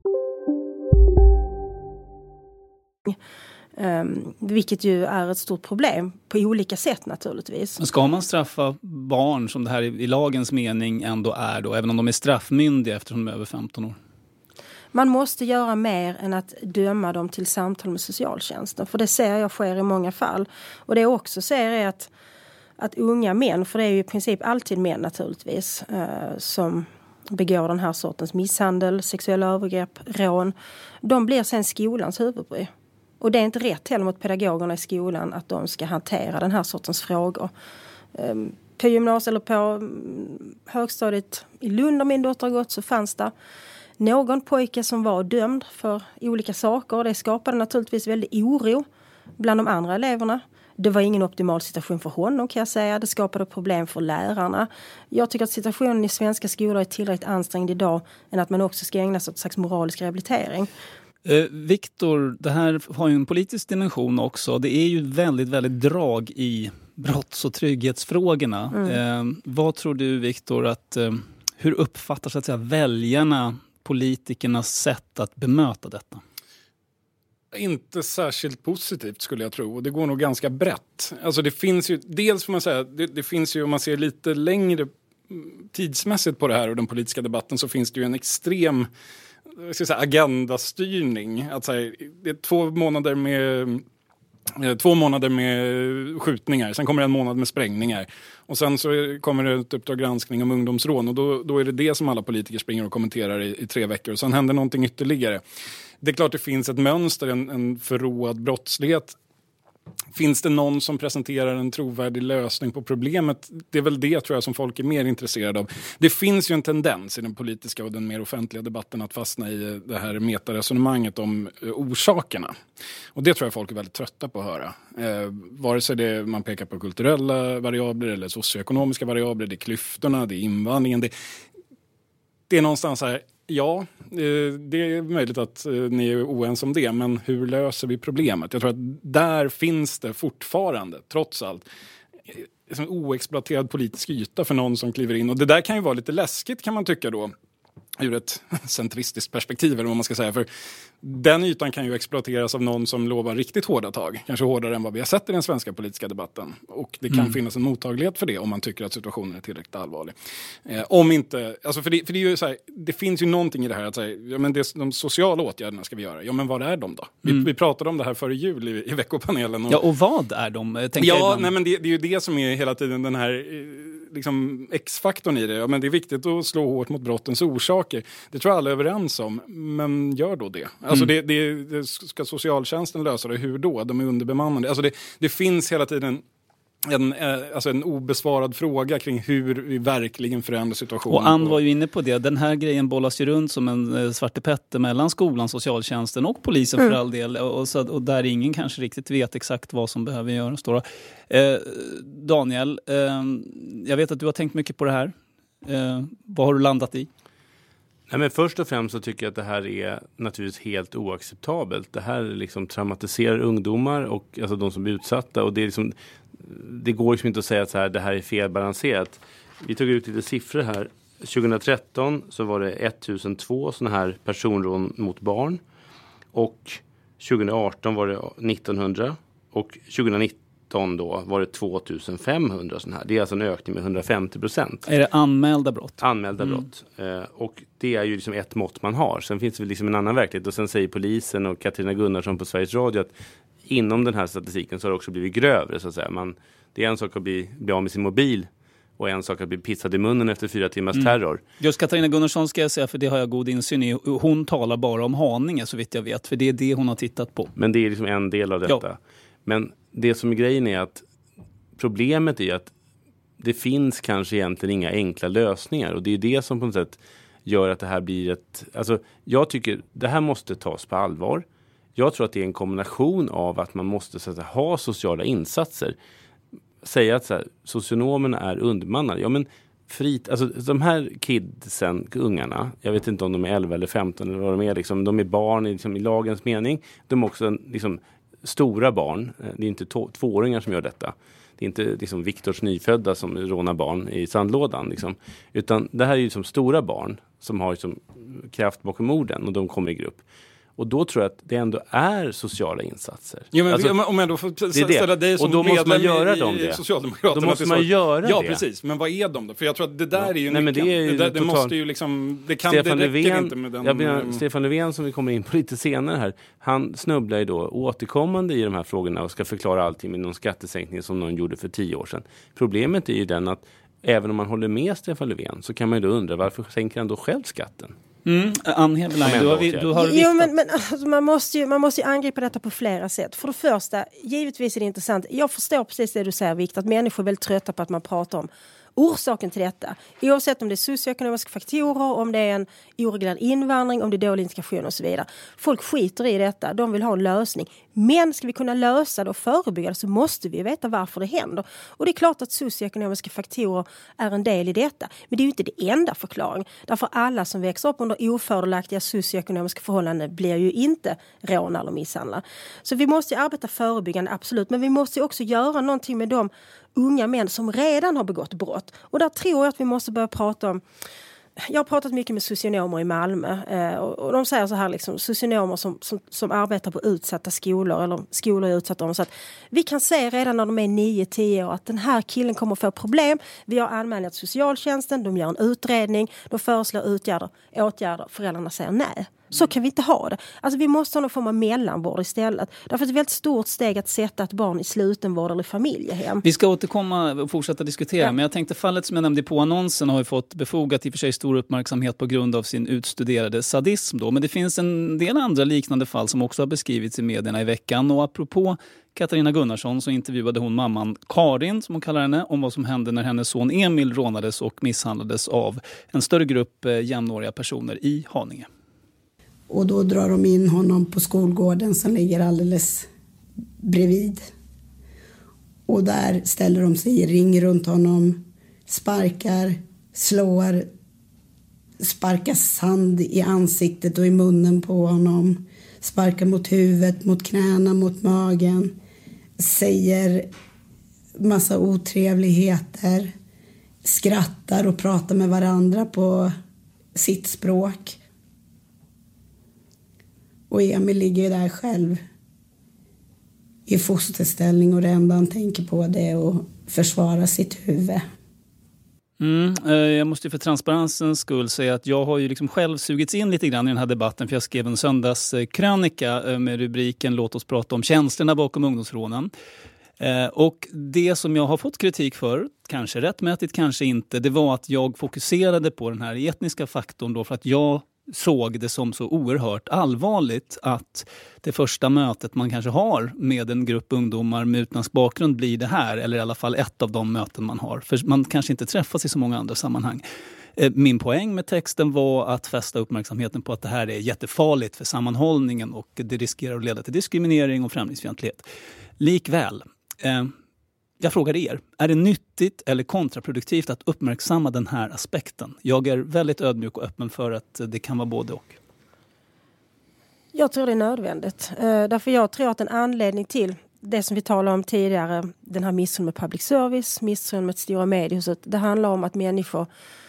Vilket ju är ett stort problem på olika sätt naturligtvis. Men ska man straffa barn som det här i lagens mening ändå är då, även om de är straffmyndiga eftersom de är över 15 år? Man måste göra mer än att döma dem till samtal med socialtjänsten. För det ser jag sker i många fall. Och det jag också ser är att att unga män, för det är ju i princip alltid män naturligtvis, som begår den här sortens misshandel, sexuella övergrepp, rån, de blir sen skolans huvudbry. Och det är inte rätt heller mot pedagogerna i skolan att de ska hantera den här sortens frågor. På gymnasiet eller på högstadiet i Lund, där min dotter har gått, så fanns det någon pojke som var dömd för olika saker. Det skapade naturligtvis väldigt oro bland de andra eleverna. Det var ingen optimal situation för honom, kan jag säga. Det skapade problem för lärarna. Jag tycker att situationen i svenska skolor är tillräckligt ansträngd idag än att man också ska ägna sig åt slags moralisk rehabilitering. Viktor, det här har ju en politisk dimension också. Det är ju väldigt, väldigt drag i brotts- och trygghetsfrågorna. Vad tror du, Viktor, hur uppfattar så att säga väljarna politikernas sätt att bemöta detta? Inte särskilt positivt skulle jag tro. Och det går nog ganska brett. Alltså det finns ju, dels får man säga, det finns ju, om man ser lite längre tidsmässigt på det här och den politiska debatten, så finns det ju en extrem agendastyrning. Att säga, det är 2 månader med skjutningar, sen kommer det 1 månad med sprängningar. Och sen så kommer det ett Uppdrag granskning om ungdomsrån, och då är det som alla politiker springer och kommenterar i 3 veckor. Och sen händer någonting ytterligare. Det är klart det finns ett mönster, en förråad brottslighet. Finns det någon som presenterar en trovärdig lösning på problemet? Det är väl det, tror jag, som folk är mer intresserade av. Det finns ju en tendens i den politiska och den mer offentliga debatten att fastna i det här metaresonemanget om orsakerna. Och det tror jag folk är väldigt trötta på att höra. Vare sig det man pekar på kulturella variabler eller socioekonomiska variabler, det är klyftorna, det är invandringen. Det är någonstans här. Ja, det är möjligt att ni är oense om det, men hur löser vi problemet? Jag tror att där finns det fortfarande, trots allt, en oexploaterad politisk yta för någon som kliver in. Och det där kan ju vara lite läskigt, kan man tycka då, ur ett centristiskt perspektiv, eller vad man ska säga. För den ytan kan ju exploateras av någon som lovar riktigt hårda tag. Kanske hårdare än vad vi har sett i den svenska politiska debatten. Och det kan finnas en mottaglighet för det om man tycker att situationen är tillräckligt allvarlig. Om inte, alltså för det är ju så här, det finns ju någonting i det här att säga, ja men de sociala åtgärderna ska vi göra. Ja men vad är de då? Vi pratade om det här före jul i veckopanelen. Ja, och vad är de? Nej men det är ju det som är hela tiden den här liksom X-faktorn i det. Ja men det är viktigt att slå hårt mot brottens orsaker. Det tror jag alla är överens om. Men gör då det. Alltså det ska socialtjänsten lösa det. Hur då? De är underbemannade. Alltså det finns hela tiden en obesvarad fråga kring hur vi verkligen förändrar situationen. Och Ann var ju inne på det. Den här grejen bollas ju runt som en svartepetter mellan skolan, socialtjänsten och polisen för all del. Och där ingen kanske riktigt vet exakt vad som behöver göras. Daniel, jag vet att du har tänkt mycket på det här. Vad har du landat i? Nej, men först och främst så tycker jag att det här är naturligtvis helt oacceptabelt. Det här liksom traumatiserar ungdomar och alltså de som är utsatta. Och det går liksom inte att säga att så här, det här är felbalanserat. Vi tog ut lite siffror här. 2013 så var det 1002 sådana här personrån mot barn. Och 2018 var det 1900. Och 2019 då var det 2500 sådana här. Det är alltså en ökning med 150%. Är det anmälda brott? Anmälda brott. Och det är ju liksom ett mått man har. Sen finns det liksom en annan verklighet. Och sen säger polisen och Katarina Gunnarsson på Sveriges Radio att inom den här statistiken så har det också blivit grövre, så att säga. Det är en sak att bli av med sin mobil och en sak att bli pissad i munnen efter 4 timmars terror. Just Katarina Gunnarsson ska jag säga, för det har jag god insyn i. Hon talar bara om Haninge så vitt jag vet, för det är det hon har tittat på. Men det är liksom en del av detta. Ja. Men det som är grejen är att problemet är att det finns kanske egentligen inga enkla lösningar. Och det är det som på något sätt gör att det här blir ett... Alltså, jag tycker det här måste tas på allvar. Jag tror att det är en kombination av att man måste så att säga, ha sociala insatser. Säga att så här, socionomerna är undermannade. Ja, men alltså, de här kidsen, ungarna, jag vet inte om de är 11 eller 15 eller vad de är. Liksom, de är barn liksom, i lagens mening. De är också liksom, stora barn. Det är inte 2-åringar som gör detta. Det är inte liksom, Viktors nyfödda som rånar barn i sandlådan. Liksom. Utan det här är ju liksom, stora barn som har liksom, kraft bakom orden och de kommer i grupp. Och då tror jag att det ändå är sociala insatser. Jo, men om jag då får ställa dig som medlem i Socialdemokraterna. Då måste man göra det. Ja, precis. Men vad är de då? För jag tror att det där är ju nyckeln. Men det är ju det måste ju liksom... Det räcker inte med den... Stefan Löfven, som vi kommer in på lite senare här, han snubblar ju då återkommande i de här frågorna och ska förklara allting med någon skattesänkning som någon gjorde för 10 år sedan. Problemet är ju den att även om man håller med Stefan Löfven så kan man ju då undra varför sänker han då själv skatten? Ann Heberlein, du har men alltså, man måste ju angripa detta på flera sätt. För det första, givetvis är det intressant. Jag förstår precis det du säger, Victor, att människor är väldigt trötta på att man pratar om orsaken till detta. Oavsett om det är socioekonomiska faktorer, om det är en oreglerad invandring, om det är dålig integration och så vidare. Folk skiter i detta. De vill ha en lösning. Men ska vi kunna lösa det och förebygga det så måste vi veta varför det händer. Och det är klart att socioekonomiska faktorer är en del i detta. Men det är ju inte det enda förklaringen. Därför alla som växer upp under ofördelaktiga socioekonomiska förhållanden blir ju inte rånare eller misshandlare. Så vi måste ju arbeta förebyggande, absolut. Men vi måste ju också göra någonting med de unga män som redan har begått brott. Och där tror jag att vi måste börja prata om... Jag har pratat mycket med socionomer i Malmö och de säger så här liksom, socionomer som arbetar på utsatta skolor eller skolor i utsatta områden, så att vi kan se redan när de är 9-10 år att den här killen kommer att få problem. Vi har anmält till socialtjänsten, de gör en utredning, de föreslår åtgärder, föräldrarna säger nej. Så kan vi inte ha det. Alltså vi måste ha någon form av mellanvård istället. Därför att det är ett väldigt stort steg att sätta ett barn i slutenvård eller familjehem. Vi ska återkomma och fortsätta diskutera. Men jag tänkte fallet som jag nämnde på annonsen har ju fått befogat i och för sig stor uppmärksamhet på grund av sin utstuderade sadism då. Men det finns en del andra liknande fall som också har beskrivits i medierna i veckan. Och apropå Katarina Gunnarsson så intervjuade hon mamman Karin, som hon kallar henne, om vad som hände när hennes son Emil rånades och misshandlades av en större grupp jämnåriga personer i Haninge. Och då drar de in honom på skolgården som ligger alldeles bredvid. Och där ställer de sig i ring runt honom, sparkar, slår, sparkar sand i ansiktet och i munnen på honom. Sparkar mot huvudet, mot knäna, mot magen. Säger massa otrevligheter. Skrattar och pratar med varandra på sitt språk. Och Emil ligger där själv i fosterställning och det enda han tänker på det är att försvara sitt huvud. Jag måste ju för transparensens skull säga att jag har ju liksom själv sugits in lite grann i den här debatten, för jag skrev en söndagskrönika med rubriken "Låt oss prata om känslorna bakom ungdomsrånen". Och det som jag har fått kritik för, kanske rättmätigt, kanske inte, det var att jag fokuserade på den här etniska faktorn då, för att jag såg det som så oerhört allvarligt att det första mötet man kanske har med en grupp ungdomar med utländsk bakgrund blir det här, eller i alla fall ett av de möten man har. För man kanske inte träffas i så många andra sammanhang. Min poäng med texten var att fästa uppmärksamheten på att det här är jättefarligt för sammanhållningen och det riskerar att leda till diskriminering och främlingsfientlighet. Likväl, jag frågar er, är det nyttigt eller kontraproduktivt att uppmärksamma den här aspekten? Jag är väldigt ödmjuk och öppen för att det kan vara både och. Jag tror det är nödvändigt. Därför jag tror att en anledning till det som vi talade om tidigare, den här misstron med public service, misstron med stora mediehuset, det handlar om att människor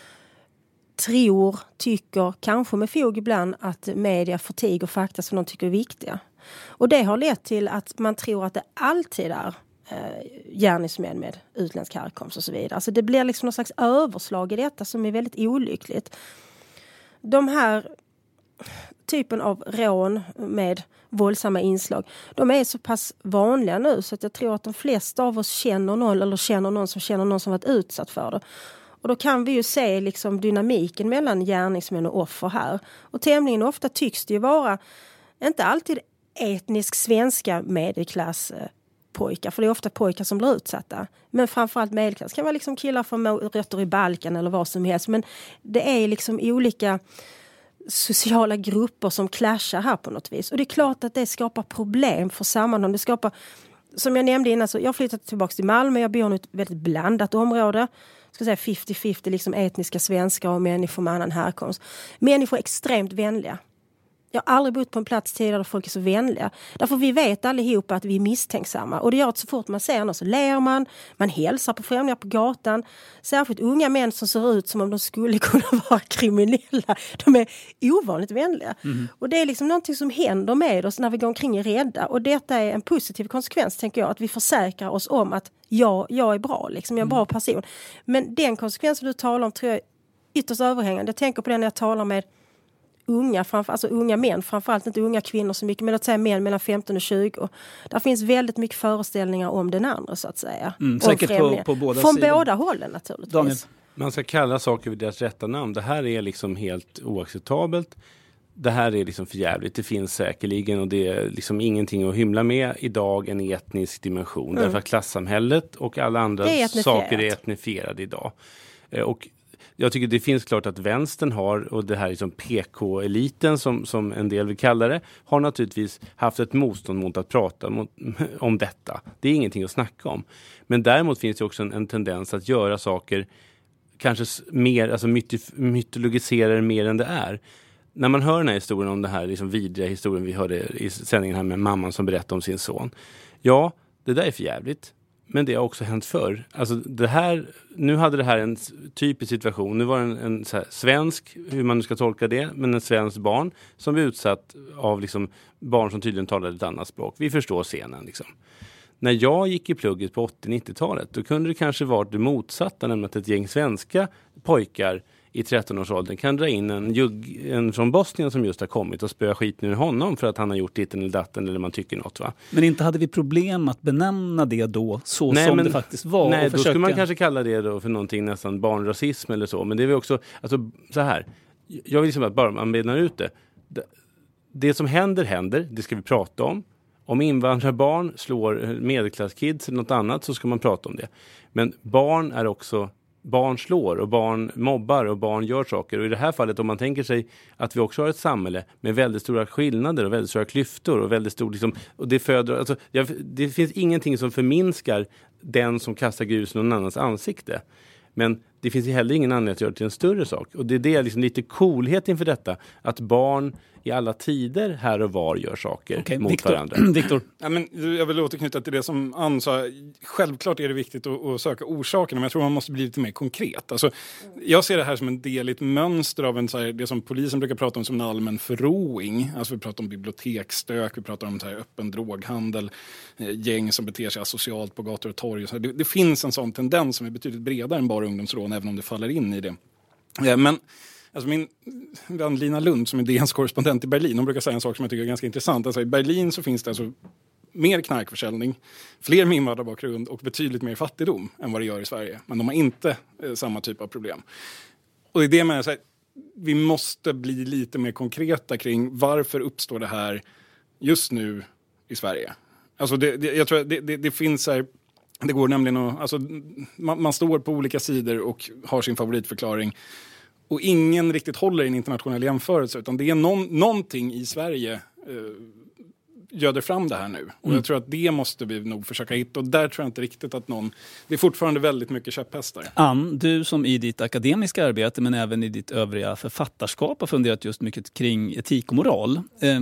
tycker, kanske med fog ibland, att media förtiger fakta som de tycker är viktiga. Och det har lett till att man tror att det alltid är gärningsmän med utländsk härkomst och så vidare. Alltså det blir liksom någon slags överslag i detta som är väldigt olyckligt. De här typen av rån med våldsamma inslag, de är så pass vanliga nu så att jag tror att de flesta av oss känner någon eller känner någon som varit utsatt för det. Och då kan vi ju se liksom dynamiken mellan gärningsmän och offer här. Och tämligen ofta tycks det ju vara, inte alltid etnisk svenska medelklass pojkar, för det är ofta pojkar som blir utsatta. Men framförallt medelklass kan vara liksom killar från rötter i Balkan eller vad som helst. Men det är liksom olika sociala grupper som clashar här på något vis. Och det är klart att det skapar problem för sammanhållning. Det skapar, som jag nämnde innan, så jag flyttat tillbaka till Malmö. Jag bor i ett väldigt blandat område. Jag ska säga 50-50 liksom etniska svenskar och människor med annan härkomst. Människor är extremt vänliga. Jag har aldrig bott på en plats tidigare där folk är så vänliga. Därför vi vet allihopa att vi är misstänksamma. Och det gör att så fort man ser någon så ler man hälsar på främlingar på gatan. Särskilt unga män som ser ut som om de skulle kunna vara kriminella. De är ovanligt vänliga. Och det är liksom någonting som händer med oss när vi går omkring är rädda. Och detta är en positiv konsekvens, tänker jag. Att vi försäkrar oss om att jag är bra, liksom, jag är en bra person. Men den konsekvensen du talar om tror jag är ytterst överhängande. Jag tänker på det när jag talar med unga män, framförallt inte unga kvinnor så mycket, men låt säga män mellan 15 och 20. Där finns väldigt mycket föreställningar om den andra, så att säga. Säkert på båda från sidor. Båda hållen naturligtvis. Daniel. Man ska kalla saker vid deras rätta namn. Det här är liksom helt oacceptabelt. Det här är liksom för jävligt. Det finns säkerligen och det är liksom ingenting att hymla med idag, en etnisk dimension. Därför att klassamhället och alla andra saker är etnifierade idag. Och jag tycker det finns klart att vänstern har, och det här liksom PK-eliten som en del vill kalla det, har naturligtvis haft ett motstånd mot att prata om detta. Det är ingenting att snacka om. Men däremot finns det också en tendens att göra saker kanske mer, alltså mytologisera det mer än det är. När man hör den här historien om det här liksom vidriga historien vi hörde i sändningen här med mamman som berättade om sin son. Ja, det där är för jävligt. Men det har också hänt förr. Alltså nu hade det här en typisk situation. Nu var det en så här svensk, hur man nu ska tolka det, men en svensk barn som blev utsatt av liksom barn som tydligen talade ett annat språk. Vi förstår scenen liksom. När jag gick i plugget på 80-90-talet, då kunde det kanske vara det motsatta, nämligen att ett gäng svenska pojkar i 13-årsåldern kan dra in en från Bosnien som just har kommit och spöa skiten ur honom för att han har gjort ditten eller datten eller man tycker något, va? Men inte hade vi problem att benämna det då som det faktiskt var? Nej, då skulle man kanske kalla det då för någonting nästan barnrasism eller så. Men det är väl också, alltså så här, jag vill liksom att bara man benar ut det. Det som händer, det ska vi prata om. Om invandrarbarn slår medelklasskids eller något annat så ska man prata om det. Men barn slår och barn mobbar och barn gör saker. Och i det här fallet, om man tänker sig att vi också har ett samhälle med väldigt stora skillnader och väldigt stora klyftor och väldigt stor liksom, och det föder, alltså, det finns ingenting som förminskar den som kastar grus i någon annans ansikte. Men det finns ju heller ingen anledning att göra det till en större sak. Och det är liksom lite coolhet inför detta. Att barn i alla tider här och var gör saker mot varandra. Victor? Ja, men jag vill återknyta till det som Ann sa. Självklart är det viktigt att söka orsakerna, men jag tror man måste bli lite mer konkret. Alltså, jag ser det här som en del i ett mönster av det som polisen brukar prata om som en allmän förråing. Alltså vi pratar om biblioteksstök, vi pratar om så här öppen droghandel, gäng som beter sig asocialt på gator och torg. Och så här. Det finns en sån tendens som är betydligt bredare än bara ungdomsrån, även om det faller in i det. Men alltså min vän Lina Lund som är DNs korrespondent i Berlin, hon brukar säga en sak som jag tycker är ganska intressant. Alltså i Berlin så finns det alltså mer knarkförsäljning, fler med invandrarbakgrund och betydligt mer fattigdom än vad det gör i Sverige. Men de har inte samma typ av problem. Och det är det med att vi måste bli lite mer konkreta kring varför uppstår det här just nu i Sverige. Alltså jag tror att det finns här. Det går nämligen att, alltså, man står på olika sidor och har sin favoritförklaring. Och ingen riktigt håller i en internationell jämförelse. Utan det är någonting i Sverige göder fram det här nu. Och jag tror att det måste vi nog försöka hitta. Och där tror jag inte riktigt att det är fortfarande väldigt mycket käpphästar. Ann, du som i ditt akademiska arbete men även i ditt övriga författarskap har funderat just mycket kring etik och moral.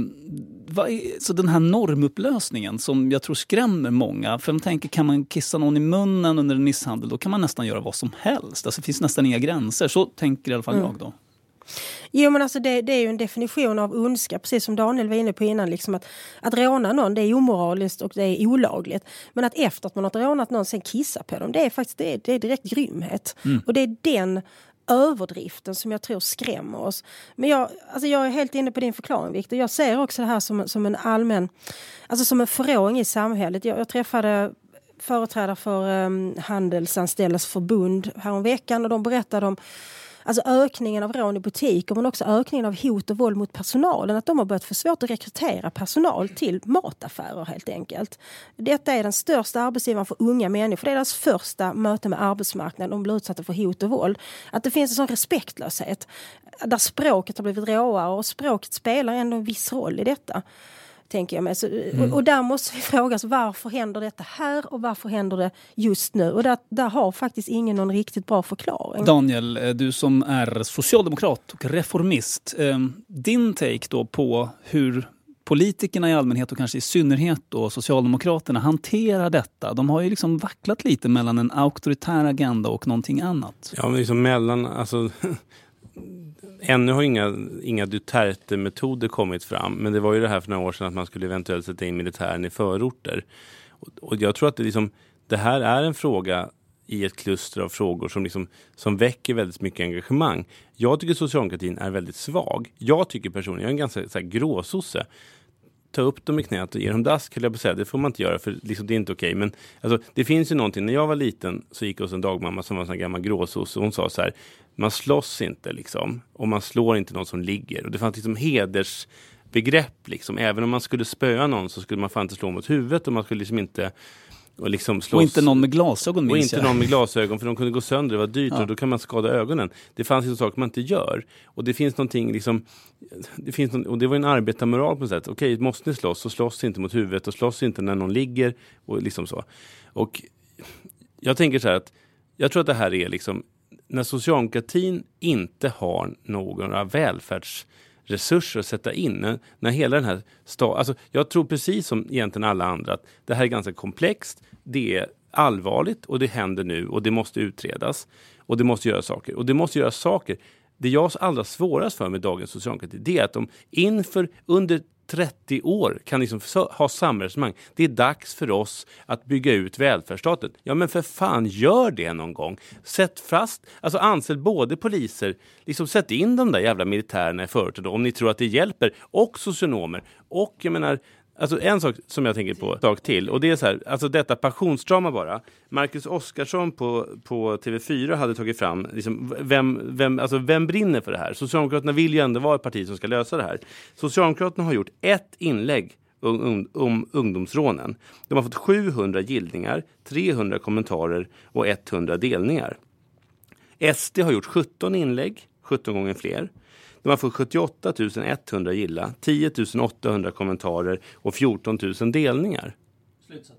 Så den här normupplösningen som jag tror skrämmer många. För de tänker, kan man kissa någon i munnen under en misshandel, då kan man nästan göra vad som helst. Alltså det finns nästan inga gränser. Så tänker i alla fall jag då. Jo, men alltså det är ju en definition av ondska, precis som Daniel var inne på innan, liksom att råna någon, det är omoraliskt och det är olagligt. Men att efter att man har rånat någon sen kissa på dem, det är faktiskt det är direkt grymhet. Och det är den överdriften som jag tror skrämmer oss. Men jag är helt inne på din förklaring, Victor. Jag ser också det här som en allmän, alltså som en förråing i samhället. Jag träffade företrädare för Handelsanställdas förbund häromveckan och de berättade om alltså ökningen av rån i butiker men också ökningen av hot och våld mot personalen. Att de har börjat få svårt att rekrytera personal till mataffärer helt enkelt. Detta är den största arbetsgivaren för unga människor. Det är deras första möte med arbetsmarknaden. De blir utsatta för hot och våld. Att det finns en sån respektlöshet där språket har blivit råare och språket spelar ändå en viss roll i detta. tänker jag med. Och där måste vi fråga oss, varför händer detta här och varför händer det just nu? Och där har faktiskt ingen någon riktigt bra förklaring. Daniel, du som är socialdemokrat och reformist, din take då på hur politikerna i allmänhet och kanske i synnerhet då Socialdemokraterna hanterar detta. De har ju liksom vacklat lite mellan en auktoritär agenda och någonting annat. Ja, men liksom mellan, alltså ännu har inga Duterte-metoder kommit fram, men det var ju det här för några år sedan att man skulle eventuellt sätta in militären i förorter. Och jag tror att det här är en fråga i ett kluster av frågor som väcker väldigt mycket engagemang. Jag tycker socialdemokratin är väldigt svag. Jag tycker personligen, jag är en ganska så här gråsosse. Ta upp dem i knät och ge dem dask, skulle jag säga. Det får man inte göra, för liksom, det är inte okej. Men alltså, det finns ju någonting. När jag var liten så gick hos en dagmamma som var en sån här gammal gråsosse. Och hon sa så här, man slåss inte liksom. Och man slår inte någon som ligger. Och det fanns liksom hedersbegrepp liksom. Även om man skulle spöa någon så skulle man fan inte slå mot huvudet. Och man skulle liksom inte... Och inte någon med glasögon. Och inte någon med glasögon, för de kunde gå sönder, det var dyrt och då kan man skada ögonen. Det fanns ju saker man inte gör. Och det finns någonting liksom, och det var en arbetarmoral på något sätt. Okej, måste ni slåss, så slåss inte mot huvudet och slåss inte när någon ligger och liksom så. Och jag tänker så här att jag tror att det här är liksom, när socialdemokratin inte har några välfärdsresurser att sätta in, när hela den här alltså jag tror precis som egentligen alla andra att det här är ganska komplext, det är allvarligt och det händer nu och det måste utredas och det måste göra saker. Och det måste göra saker. Det jag allra svårast för med dagens socialdemokrati, det är att de under 30 år kan liksom ha samhällsmang. Det är dags för oss att bygga ut välfärdsstaten. Ja, men för fan, gör det någon gång. Sätt fast, alltså anställ både poliser, liksom sätt in de där jävla militärerna i förorten om ni tror att det hjälper, och socionomer. Och jag menar, alltså en sak som jag tänker på ett tag till, och det är så här, alltså detta passionsdrama bara. Marcus Oskarsson på TV4 hade tagit fram liksom, vem brinner för det här? Socialdemokraterna vill ju ändå vara ett parti som ska lösa det här. Socialdemokraterna har gjort ett inlägg om ungdomsrånen. De har fått 700 gillningar, 300 kommentarer och 100 delningar. SD har gjort 17 inlägg, 17 gånger fler. De har fått 78 100 gilla, 10 800 kommentarer och 14 000 delningar. Slutsats.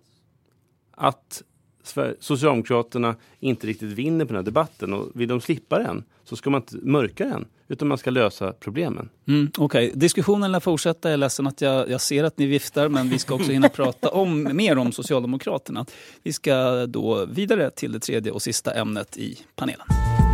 Att Socialdemokraterna inte riktigt vinner på den här debatten, och vill de slippa den så ska man inte mörka den, utan man ska lösa problemen. Okej. Diskussionen lär fortsätta. Jag är ledsen att jag ser att ni viftar, men vi ska också hinna prata mer om Socialdemokraterna. Vi ska då vidare till det tredje och sista ämnet i panelen.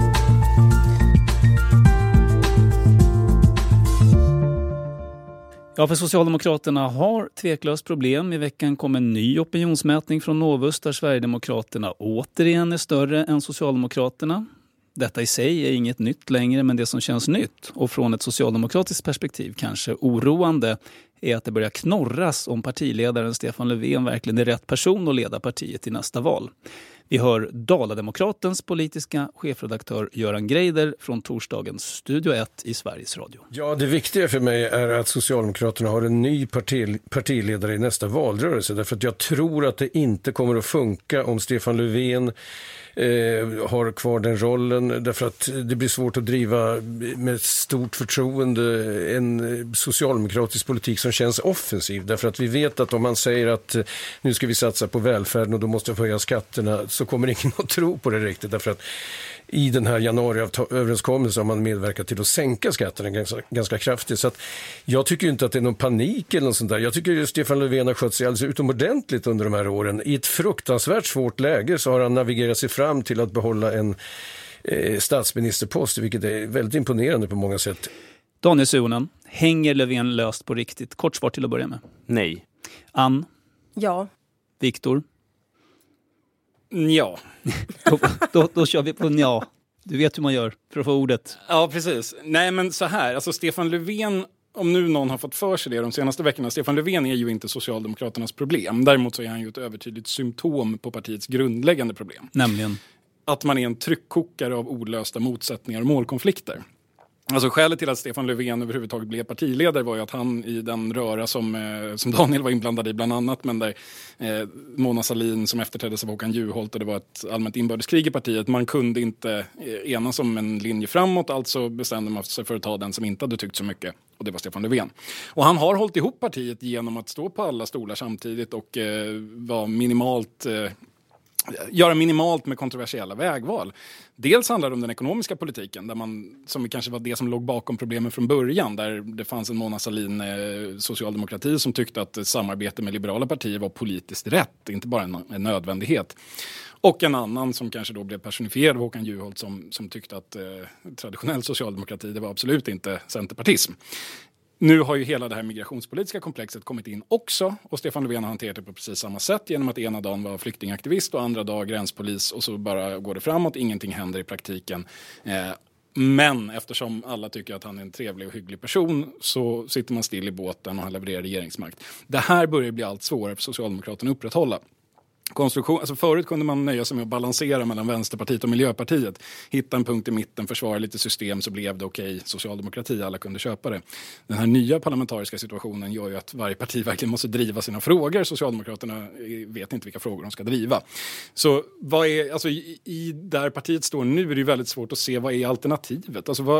Ja, för Socialdemokraterna har tveklöst problem. I veckan kom en ny opinionsmätning från Novus där Sverigedemokraterna återigen är större än Socialdemokraterna. Detta i sig är inget nytt längre, men det som känns nytt och från ett socialdemokratiskt perspektiv kanske oroande är att det börjar knorras om partiledaren Stefan Löfven verkligen är rätt person att leda partiet i nästa val. Vi hör Dalademokratens politiska chefredaktör Göran Greider från torsdagens Studio 1 i Sveriges Radio. Ja, det viktiga för mig är att Socialdemokraterna har en ny partiledare i nästa valrörelse. Därför att jag tror att det inte kommer att funka om Stefan Löfven har kvar den rollen, därför att det blir svårt att driva med stort förtroende en socialdemokratisk politik som känns offensiv, därför att vi vet att om man säger att nu ska vi satsa på välfärden och då måste vi höja skatterna, så kommer ingen att tro på det riktigt, därför att i den här januariöverenskommelsen har man medverkat till att sänka skatterna ganska kraftigt. Så att jag tycker inte att det är någon panik eller något sånt där. Jag tycker att Stefan Löfven har skött sig alldeles utomordentligt under de här åren. I ett fruktansvärt svårt läge så har han navigerat sig fram till att behålla en statsministerpost, vilket är väldigt imponerande på många sätt. Daniel Suhonen, hänger Löfven löst på riktigt? Kort svar till att börja med. Nej. Ann? Ja. Viktor? Ja. då kör vi på ja. Du vet hur man gör för att få ordet. Ja, precis. Nej, men så här. Alltså Stefan Löfven, om nu någon har fått för sig det de senaste veckorna, Stefan Löfven är ju inte Socialdemokraternas problem. Däremot så är han ju ett övertydligt symptom på partiets grundläggande problem. Nämligen? Att man är en tryckkokare av olösta motsättningar och målkonflikter. Alltså skälet till att Stefan Löfven överhuvudtaget blev partiledare var ju att han i den röra som Daniel var inblandad i bland annat, men där Mona Sahlin som efterträddes av Håkan Juholt och det var ett allmänt inbördeskrig i partiet. Man kunde inte enas om en linje framåt, alltså bestämde man sig för att ta den som inte hade tyckt så mycket. Och det var Stefan Löfven. Och han har hållit ihop partiet genom att stå på alla stolar samtidigt och göra minimalt med kontroversiella vägval. Dels handlar det om den ekonomiska politiken där som kanske var det som låg bakom problemen från början, där det fanns en Mona Sahlin socialdemokrati som tyckte att samarbete med liberala partier var politiskt rätt, inte bara en nödvändighet. Och en annan som kanske då blev personifierad av Håkan Juholt som tyckte att traditionell socialdemokrati det var absolut inte centerpartism. Nu har ju hela det här migrationspolitiska komplexet kommit in också och Stefan Löfven har hanterat det på precis samma sätt genom att ena dagen vara flyktingaktivist och andra dag gränspolis och så bara går det framåt, ingenting händer i praktiken. Men eftersom alla tycker att han är en trevlig och hygglig person så sitter man still i båten och han levererar regeringsmakt. Det här börjar bli allt svårare för Socialdemokraterna att upprätthålla. Alltså förut kunde man nöja sig med att balansera mellan Vänsterpartiet och Miljöpartiet. Hitta en punkt i mitten, försvara lite system så blev det okej. Socialdemokrati, alla kunde köpa det. Den här nya parlamentariska situationen gör ju att varje parti verkligen måste driva sina frågor. Socialdemokraterna vet inte vilka frågor de ska driva. Så där partiet står nu är det väldigt svårt att se vad är alternativet. Alltså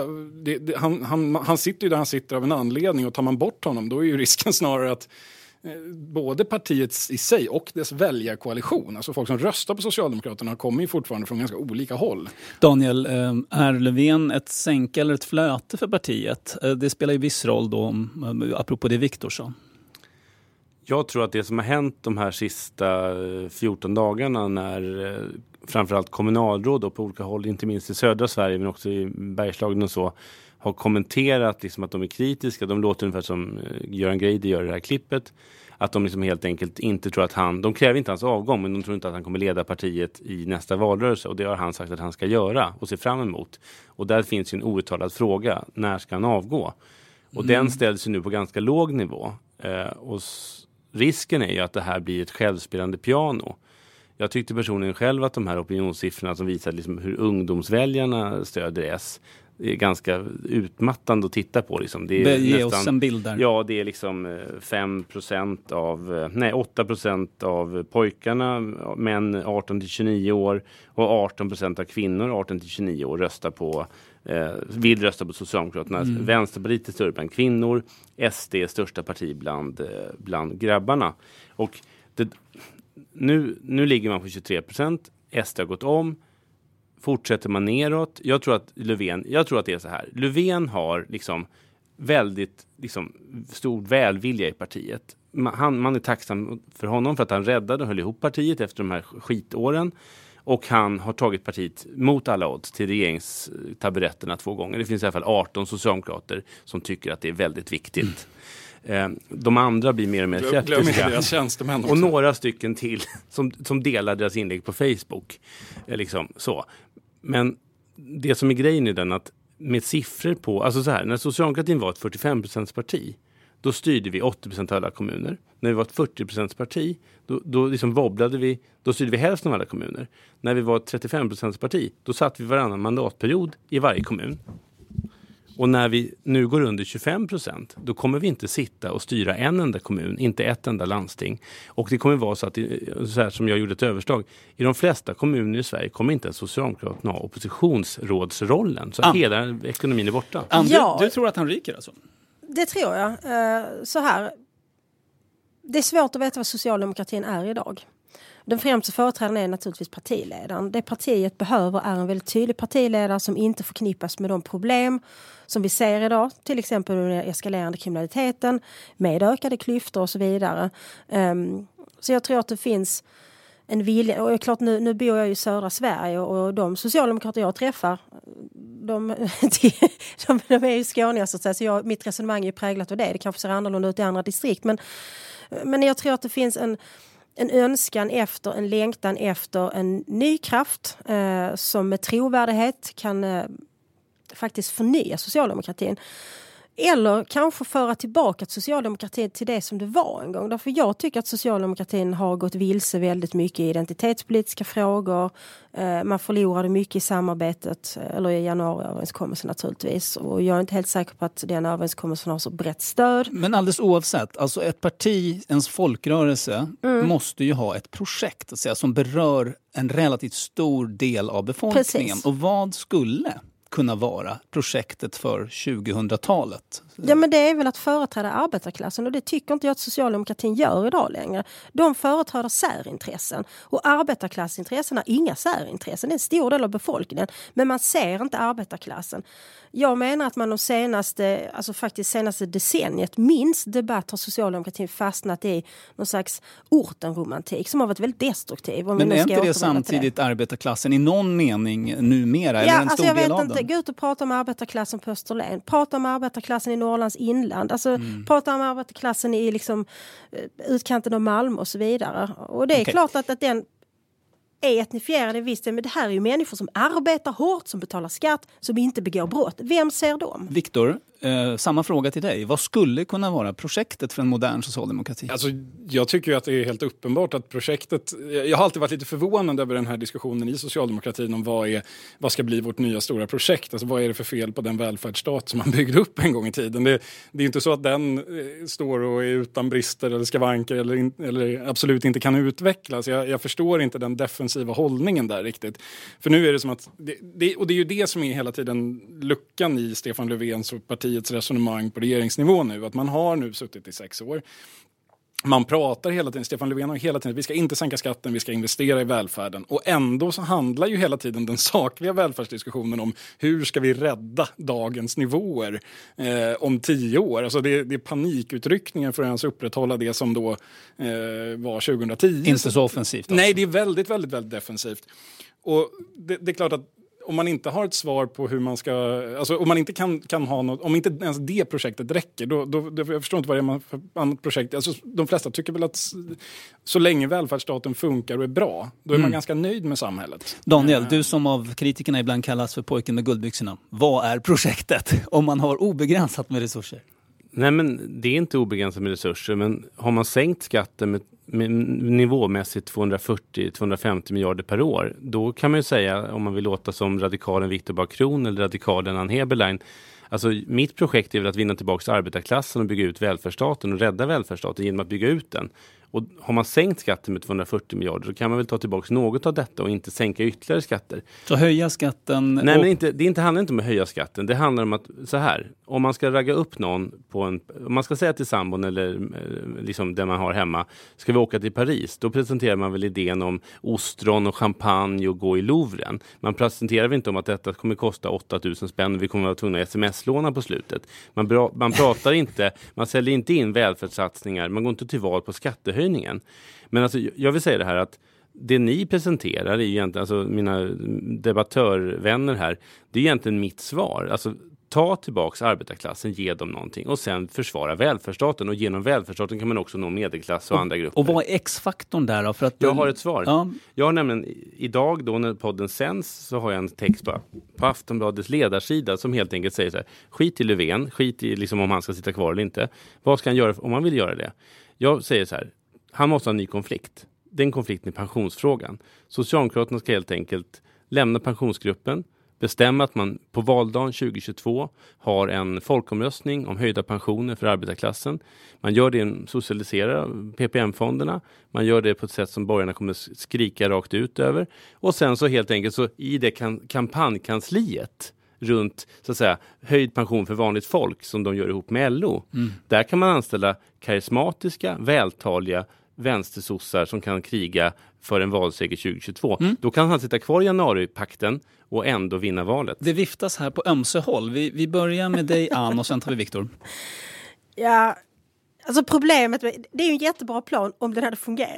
han sitter ju där han sitter av en anledning och tar man bort honom då är ju risken snarare att både partiet i sig och dess väljarkoalition, alltså folk som röstar på Socialdemokraterna kommer ju fortfarande från ganska olika håll. Daniel, är Löfven ett sänke eller ett flöte för partiet? Det spelar ju viss roll då, apropå det Viktor sa. Jag tror att det som har hänt de här sista 14 dagarna när framförallt kommunalråd och på olika håll, inte minst i södra Sverige men också i Bergslagen och så, har kommenterat liksom att de är kritiska. De låter ungefär som Göran Greider gör i det här klippet. Att de liksom helt enkelt inte tror att de kräver inte hans avgång, men de tror inte att han kommer leda partiet i nästa valrörelse. Och det har han sagt att han ska göra och se fram emot. Och där finns ju en outtalad fråga. När ska han avgå? Och den ställs ju nu på ganska låg nivå. Och risken är ju att det här blir ett självspelande piano. Jag tyckte personligen själv att de här opinionssiffrorna som visar liksom hur ungdomsväljarna stöder S är ganska utmattande att titta på. Liksom. Det är ge oss en bild där. Ja, det är liksom 8% av pojkarna, män 18-29 år och 18% av kvinnor 18-29 år vill rösta på Socialdemokraterna. Vänsterpartiet är större bland kvinnor, SD är största parti bland grabbarna. Och nu ligger man på 23%, SD har gått om. Fortsätter man neråt. Jag tror att det är så här. Löfven har liksom väldigt stor välvilja i partiet. Man är tacksam för honom för att han räddade och höll ihop partiet efter de här skitåren. Och han har tagit partiet mot alla odds till regeringstaburetterna 2 gånger. Det finns i alla fall 18 socialdemokrater som tycker att det är väldigt viktigt. De andra blir mer och mer skeptiska. Och några stycken till som delar deras inlägg på Facebook. Så. Men det som är grejen är den att med siffror på, alltså så här, när socialdemokratin var ett 45% parti, då styrde vi 80% av alla kommuner. När vi var ett 40% parti, då liksom wobblade vi, då styrde vi hälften av alla kommuner. När vi var ett 35% parti, då satt vi varannan mandatperiod i varje kommun. Och när vi nu går under 25%, då kommer vi inte sitta och styra en enda kommun, inte ett enda landsting. Och det kommer vara så att, så här som jag gjorde ett överslag, i de flesta kommuner i Sverige kommer inte en socialdemokrat ha oppositionsrådsrollen. Så hela ekonomin är borta. Du tror att han ryker alltså? Det tror jag. Så här, det är svårt att veta vad socialdemokratin är idag. Den främsta företrädaren är naturligtvis partiledaren. Det partiet behöver är en väldigt tydlig partiledare som inte förknippas med de problem som vi ser idag. Till exempel den eskalerande kriminaliteten, med ökade klyftor och så vidare. Så jag tror att det finns en vilja. Och klart, nu bor jag i södra Sverige och de socialdemokrater jag träffar, de är ju skåningar så att säga. Så mitt resonemang är ju präglat av det. Det kanske ser annorlunda ut i andra distrikt. Men jag tror att det finns en önskan efter, en längtan efter en ny kraft som med trovärdighet kan faktiskt förnya socialdemokratin. Eller kanske föra tillbaka socialdemokratin till det som det var en gång. Därför jag tycker att socialdemokratin har gått vilse väldigt mycket i identitetspolitiska frågor. Man förlorade mycket i samarbetet, eller i januariöverenskommelsen naturligtvis. Och jag är inte helt säker på att den överenskommelsen har så brett stöd. Men alldeles oavsett, alltså ett parti, ens folkrörelse, måste ju ha ett projekt att säga, som berör en relativt stor del av befolkningen. Precis. Och vad skulle kunna vara projektet för 2000-talet? Ja, men det är väl att företräda arbetarklassen, och det tycker inte jag att socialdemokratin gör idag längre. De företräder särintressen, och arbetarklassintressen är inga särintressen. Det är en stor del av befolkningen, men man ser inte arbetarklassen. Jag menar att man de senaste decenniet minst debatt har socialdemokratin fastnat i någon slags ortenromantik som har varit väldigt destruktiv. Men är inte det samtidigt arbetarklassen i någon mening numera? Eller en stor jag del vet av inte. den? Gå ut och prata om arbetarklassen på Österlen. Prata om arbetarklassen i Norrlands inland. Prata om arbetarklassen i liksom, utkanten av Malmö och så vidare. Och det är klart att den är etnifierad i viss del, men det här är ju människor som arbetar hårt, som betalar skatt, som inte begår brott. Vem ser dem? Viktor, samma fråga till dig. Vad skulle kunna vara projektet för en modern socialdemokrati? Alltså, jag tycker ju att det är helt uppenbart att projektet... Jag har alltid varit lite förvånad över den här diskussionen i socialdemokratin om vad ska bli vårt nya stora projekt. Alltså, vad är det för fel på den välfärdsstat som man byggde upp en gång i tiden? Det är inte så att den står och är utan brister eller skavanker eller absolut inte kan utvecklas. Jag förstår inte den defensiva hållningen där riktigt. För nu är det som att... och det är ju det som är hela tiden luckan i Stefan Löfvens och partiets resonemang på regeringsnivå nu. Att man har nu suttit i 6 år. Man pratar hela tiden, Stefan Löfven har hela tiden, vi ska inte sänka skatten, vi ska investera i välfärden. Och ändå så handlar ju hela tiden den sakliga välfärdsdiskussionen om hur ska vi rädda dagens nivåer om 10 år. Alltså det är panikutryckningen för att ens upprätthålla det som då var 2010. Inte så offensivt. Alltså. Nej, det är väldigt, väldigt, väldigt defensivt. Och det är klart att om man inte har ett svar på hur man ska... Alltså om man inte kan ha något... Om inte ens det projektet räcker, då jag förstår inte vad det är för annat projekt. Alltså, de flesta tycker väl att så länge välfärdsstaten funkar och är bra, då är man ganska nöjd med samhället. Daniel, du som av kritikerna ibland kallas för pojken med guldbyxorna. Vad är projektet om man har obegränsat med resurser? Nej, men det är inte obegränsat med resurser, men har man sänkt skatten med nivåmässigt 240-250 miljarder per år, då kan man ju säga, om man vill låta som radikalen Viktor Bakron eller radikalen Ann Heberlein, alltså mitt projekt är väl att vinna tillbaka arbetarklassen och bygga ut välfärdsstaten och rädda välfärdsstaten genom att bygga ut den. Och har man sänkt skatten med 240 miljarder så kan man väl ta tillbaka något av detta och inte sänka ytterligare skatter. Så höja skatten? Nej, men det handlar inte om att höja skatten. Det handlar om att, så här, om man ska ragga upp någon om man ska säga till sambon eller liksom det man har hemma, ska vi åka till Paris, då presenterar man väl idén om ostron och champagne och gå i Louvren. Man presenterar väl inte om att detta kommer kosta 8 000 spänn och vi kommer att vara tvungna att sms-låna på slutet. Man pratar inte, man säljer inte in välfärdssatsningar, man går inte till val på skattehöjningen. Men alltså, jag vill säga det här att det ni presenterar är egentligen, alltså mina debattörvänner här, det är egentligen mitt svar. Alltså ta tillbaks arbetarklassen, ge dem någonting och sen försvara välfärdsstaten, och genom välfärdsstaten kan man också nå medelklass och andra grupper. Och vad är X-faktorn där då? För att jag har ett svar. Ja. Jag har nämligen idag då när podden sänds så har jag en text på Aftonbladets ledarsida som helt enkelt säger så här: skit i Löfven, skit i liksom om han ska sitta kvar eller inte. Vad ska han göra om han vill göra det? Jag säger så här: han måste ha en ny konflikt. Den konflikten är pensionsfrågan. Socialdemokraterna ska helt enkelt lämna pensionsgruppen, bestämma att man på valdagen 2022 har en folkomröstning om höjda pensioner för arbetarklassen. Man gör det, socialiserar PPM-fonderna. Man gör det på ett sätt som borgarna kommer skrika rakt ut över. Och sen så helt enkelt så i det kampanjkansliet runt så att säga höjd pension för vanligt folk som de gör ihop med LO. Där kan man anställa karismatiska, vältaliga vänstersossar som kan kriga för en valseger 2022. Då kan han sitta kvar i januaripakten och ändå vinna valet. Det viftas här på ömse håll. Vi börjar med dig, Ann, och sen tar vi Viktor. Ja, alltså problemet, det är ju en jättebra plan om den hade fungerat.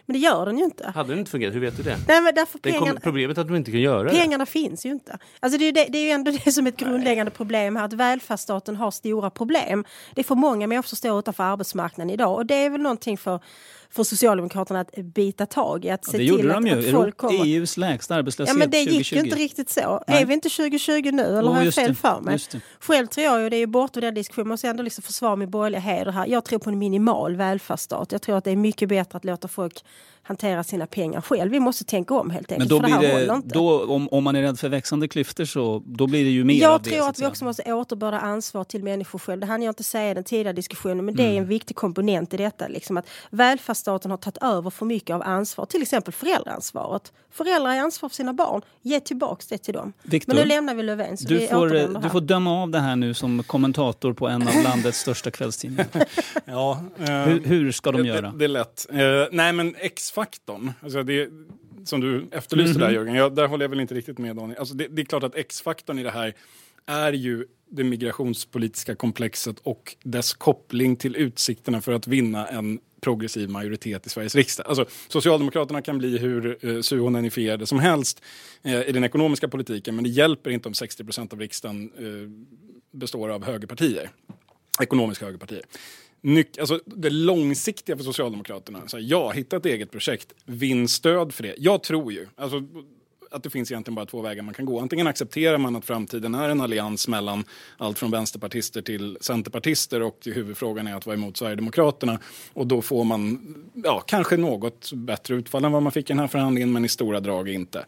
Men det gör den ju inte. Hade den inte fungerat? Hur vet du det? Nej, men därför problemet är att de inte kan göra det. Pengarna finns ju inte. Alltså det är ju ändå det som är ett grundläggande problem här. Att välfärdsstaten har stora problem. Det är för många människor som står utanför arbetsmarknaden idag. Och det är väl någonting för Socialdemokraterna att bita tag i. Att se det gjorde till de ju. Att folk kommer. EUs lägsta arbetslöshet 2020. Ja, men det gick ju inte riktigt så. Nej. Är vi inte 2020 nu? Eller har jag fel för mig? Själv tror jag ju, det är ju bortom den diskussionen. Man måste ändå liksom försvara min borgerliga heder här. Jag tror på en minimal välfärdsstat. Jag tror att det är mycket bättre att låta folk hantera sina pengar själv. Vi måste tänka om helt enkelt. Men då blir det, om man är rädd för växande klyftor så då blir det ju mer jag av det. Jag tror att vi också måste återbörda ansvar till människor själv. Det hann jag inte säga i den tidigare diskussionen, men det är en viktig komponent i detta. Liksom att välfärdsstaten har tagit över för mycket av ansvar. Till exempel föräldraansvaret. Föräldrar är ansvar för sina barn. Ge tillbaka det till dem. Victor, men nu lämnar vi Löfven. Så du får döma av det här nu som kommentator på en av landets största kvällstidningar. Ja, hur ska de göra? Det är lätt. Nej, men X-faktorn. Alltså det som du efterlyste där, Jörgen. Där håller jag väl inte riktigt med, Daniel. Alltså det är klart att X-faktorn i det här är ju det migrationspolitiska komplexet och dess koppling till utsikterna för att vinna en progressiv majoritet i Sveriges riksdag. Alltså, Socialdemokraterna kan bli hur suonenifierade som helst i den ekonomiska politiken, men det hjälper inte om 60% av riksdagen består av högerpartier. Ekonomiska högerpartier. Alltså det långsiktiga för Socialdemokraterna. Hitta ett eget projekt. Vinn stöd för det. Jag tror ju att det finns egentligen bara två vägar man kan gå. Antingen accepterar man att framtiden är en allians mellan allt från vänsterpartister till centerpartister och huvudfrågan är att vara emot Sverigedemokraterna. Och då får man kanske något bättre utfall än vad man fick i den här förhandlingen, men i stora drag inte.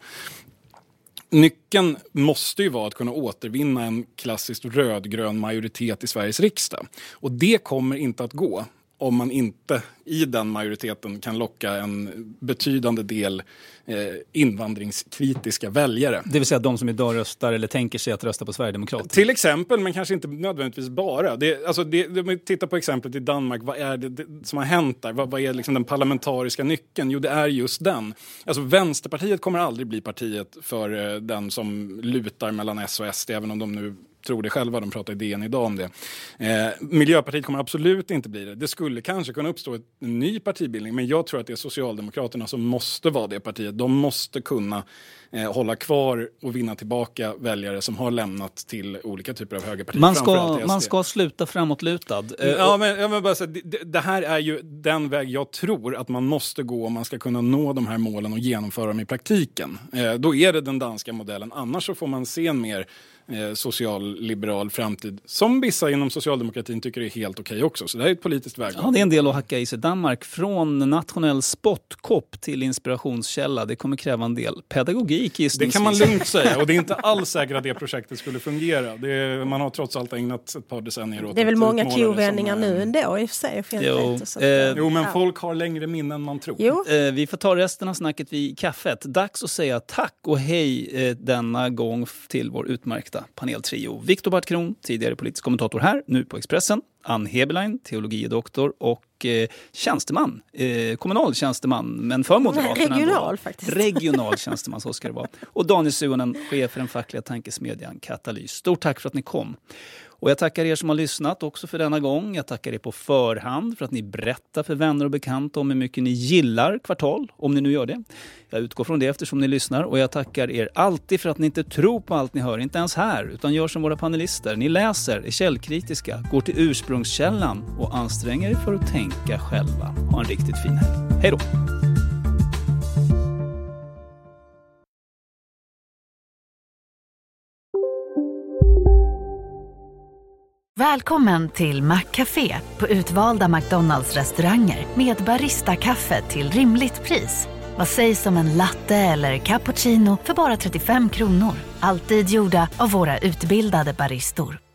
Nyckeln måste ju vara att kunna återvinna en klassiskt rödgrön majoritet i Sveriges riksdag. Och det kommer inte att gå om man inte i den majoriteten kan locka en betydande del invandringskritiska väljare. Det vill säga de som idag röstar eller tänker sig att rösta på Sverigedemokraterna. Till exempel, men kanske inte nödvändigtvis bara. Titta på exemplet i Danmark. Vad är det som har hänt där? Vad är liksom den parlamentariska nyckeln? Jo, det är just den. Alltså Vänsterpartiet kommer aldrig bli partiet för den som lutar mellan S och SD, även om de nu tror det själva, de pratar i DN idag om det. Miljöpartiet kommer absolut inte bli det. Det skulle kanske kunna uppstå en ny partibildning, men jag tror att det är Socialdemokraterna som måste vara det partiet. De måste kunna hålla kvar och vinna tillbaka väljare som har lämnat till olika typer av högerpartier. Man ska sluta framåtlutad. Men bara säga, det här är ju den väg jag tror att man måste gå om man ska kunna nå de här målen och genomföra dem i praktiken. Då är det den danska modellen. Annars så får man se en mer social-liberal framtid som vissa inom socialdemokratin tycker är helt okej också. Så det här är ett politiskt vägval. Ja, det är en del att hacka i sig. Danmark från nationell spottkopp till inspirationskälla. Det kommer kräva en del pedagogik. Det kan man lugnt säga. Och det är inte alls säkert att det projektet skulle fungera. Man har trots allt ägnat ett par decennier åt. Det är väl många kovändningar nu ändå i och för sig. Jo, men folk har längre minnen än man tror. Vi får ta resten av snacket vid kaffet. Dags att säga tack och hej denna gång till vår utmärkta paneltrio. Viktor Bartkron, tidigare politisk kommentator här, nu på Expressen. Ann Heberlein, teologidoktor och tjänsteman, kommunal tjänsteman, men för Moderaterna. Regional faktiskt. Regional tjänsteman, så ska det vara. Och Daniel Suhonen, chef för den fackliga tankesmedjan Katalys. Stort tack för att ni kom. Och jag tackar er som har lyssnat också för denna gång. Jag tackar er på förhand för att ni berättar för vänner och bekanta om hur mycket ni gillar Kvartal, om ni nu gör det. Jag utgår från det eftersom ni lyssnar, och jag tackar er alltid för att ni inte tror på allt ni hör, inte ens här, utan gör som våra panelister. Ni läser, är källkritiska, går till ursprungskällan och anstränger er för att tänka själva. Ha en riktigt fin helg. Hej då! Välkommen till Maccafé på utvalda McDonalds-restauranger med Barista-kaffe till rimligt pris. Vad sägs om en latte eller cappuccino för bara 35 kronor? Alltid gjorda av våra utbildade baristor.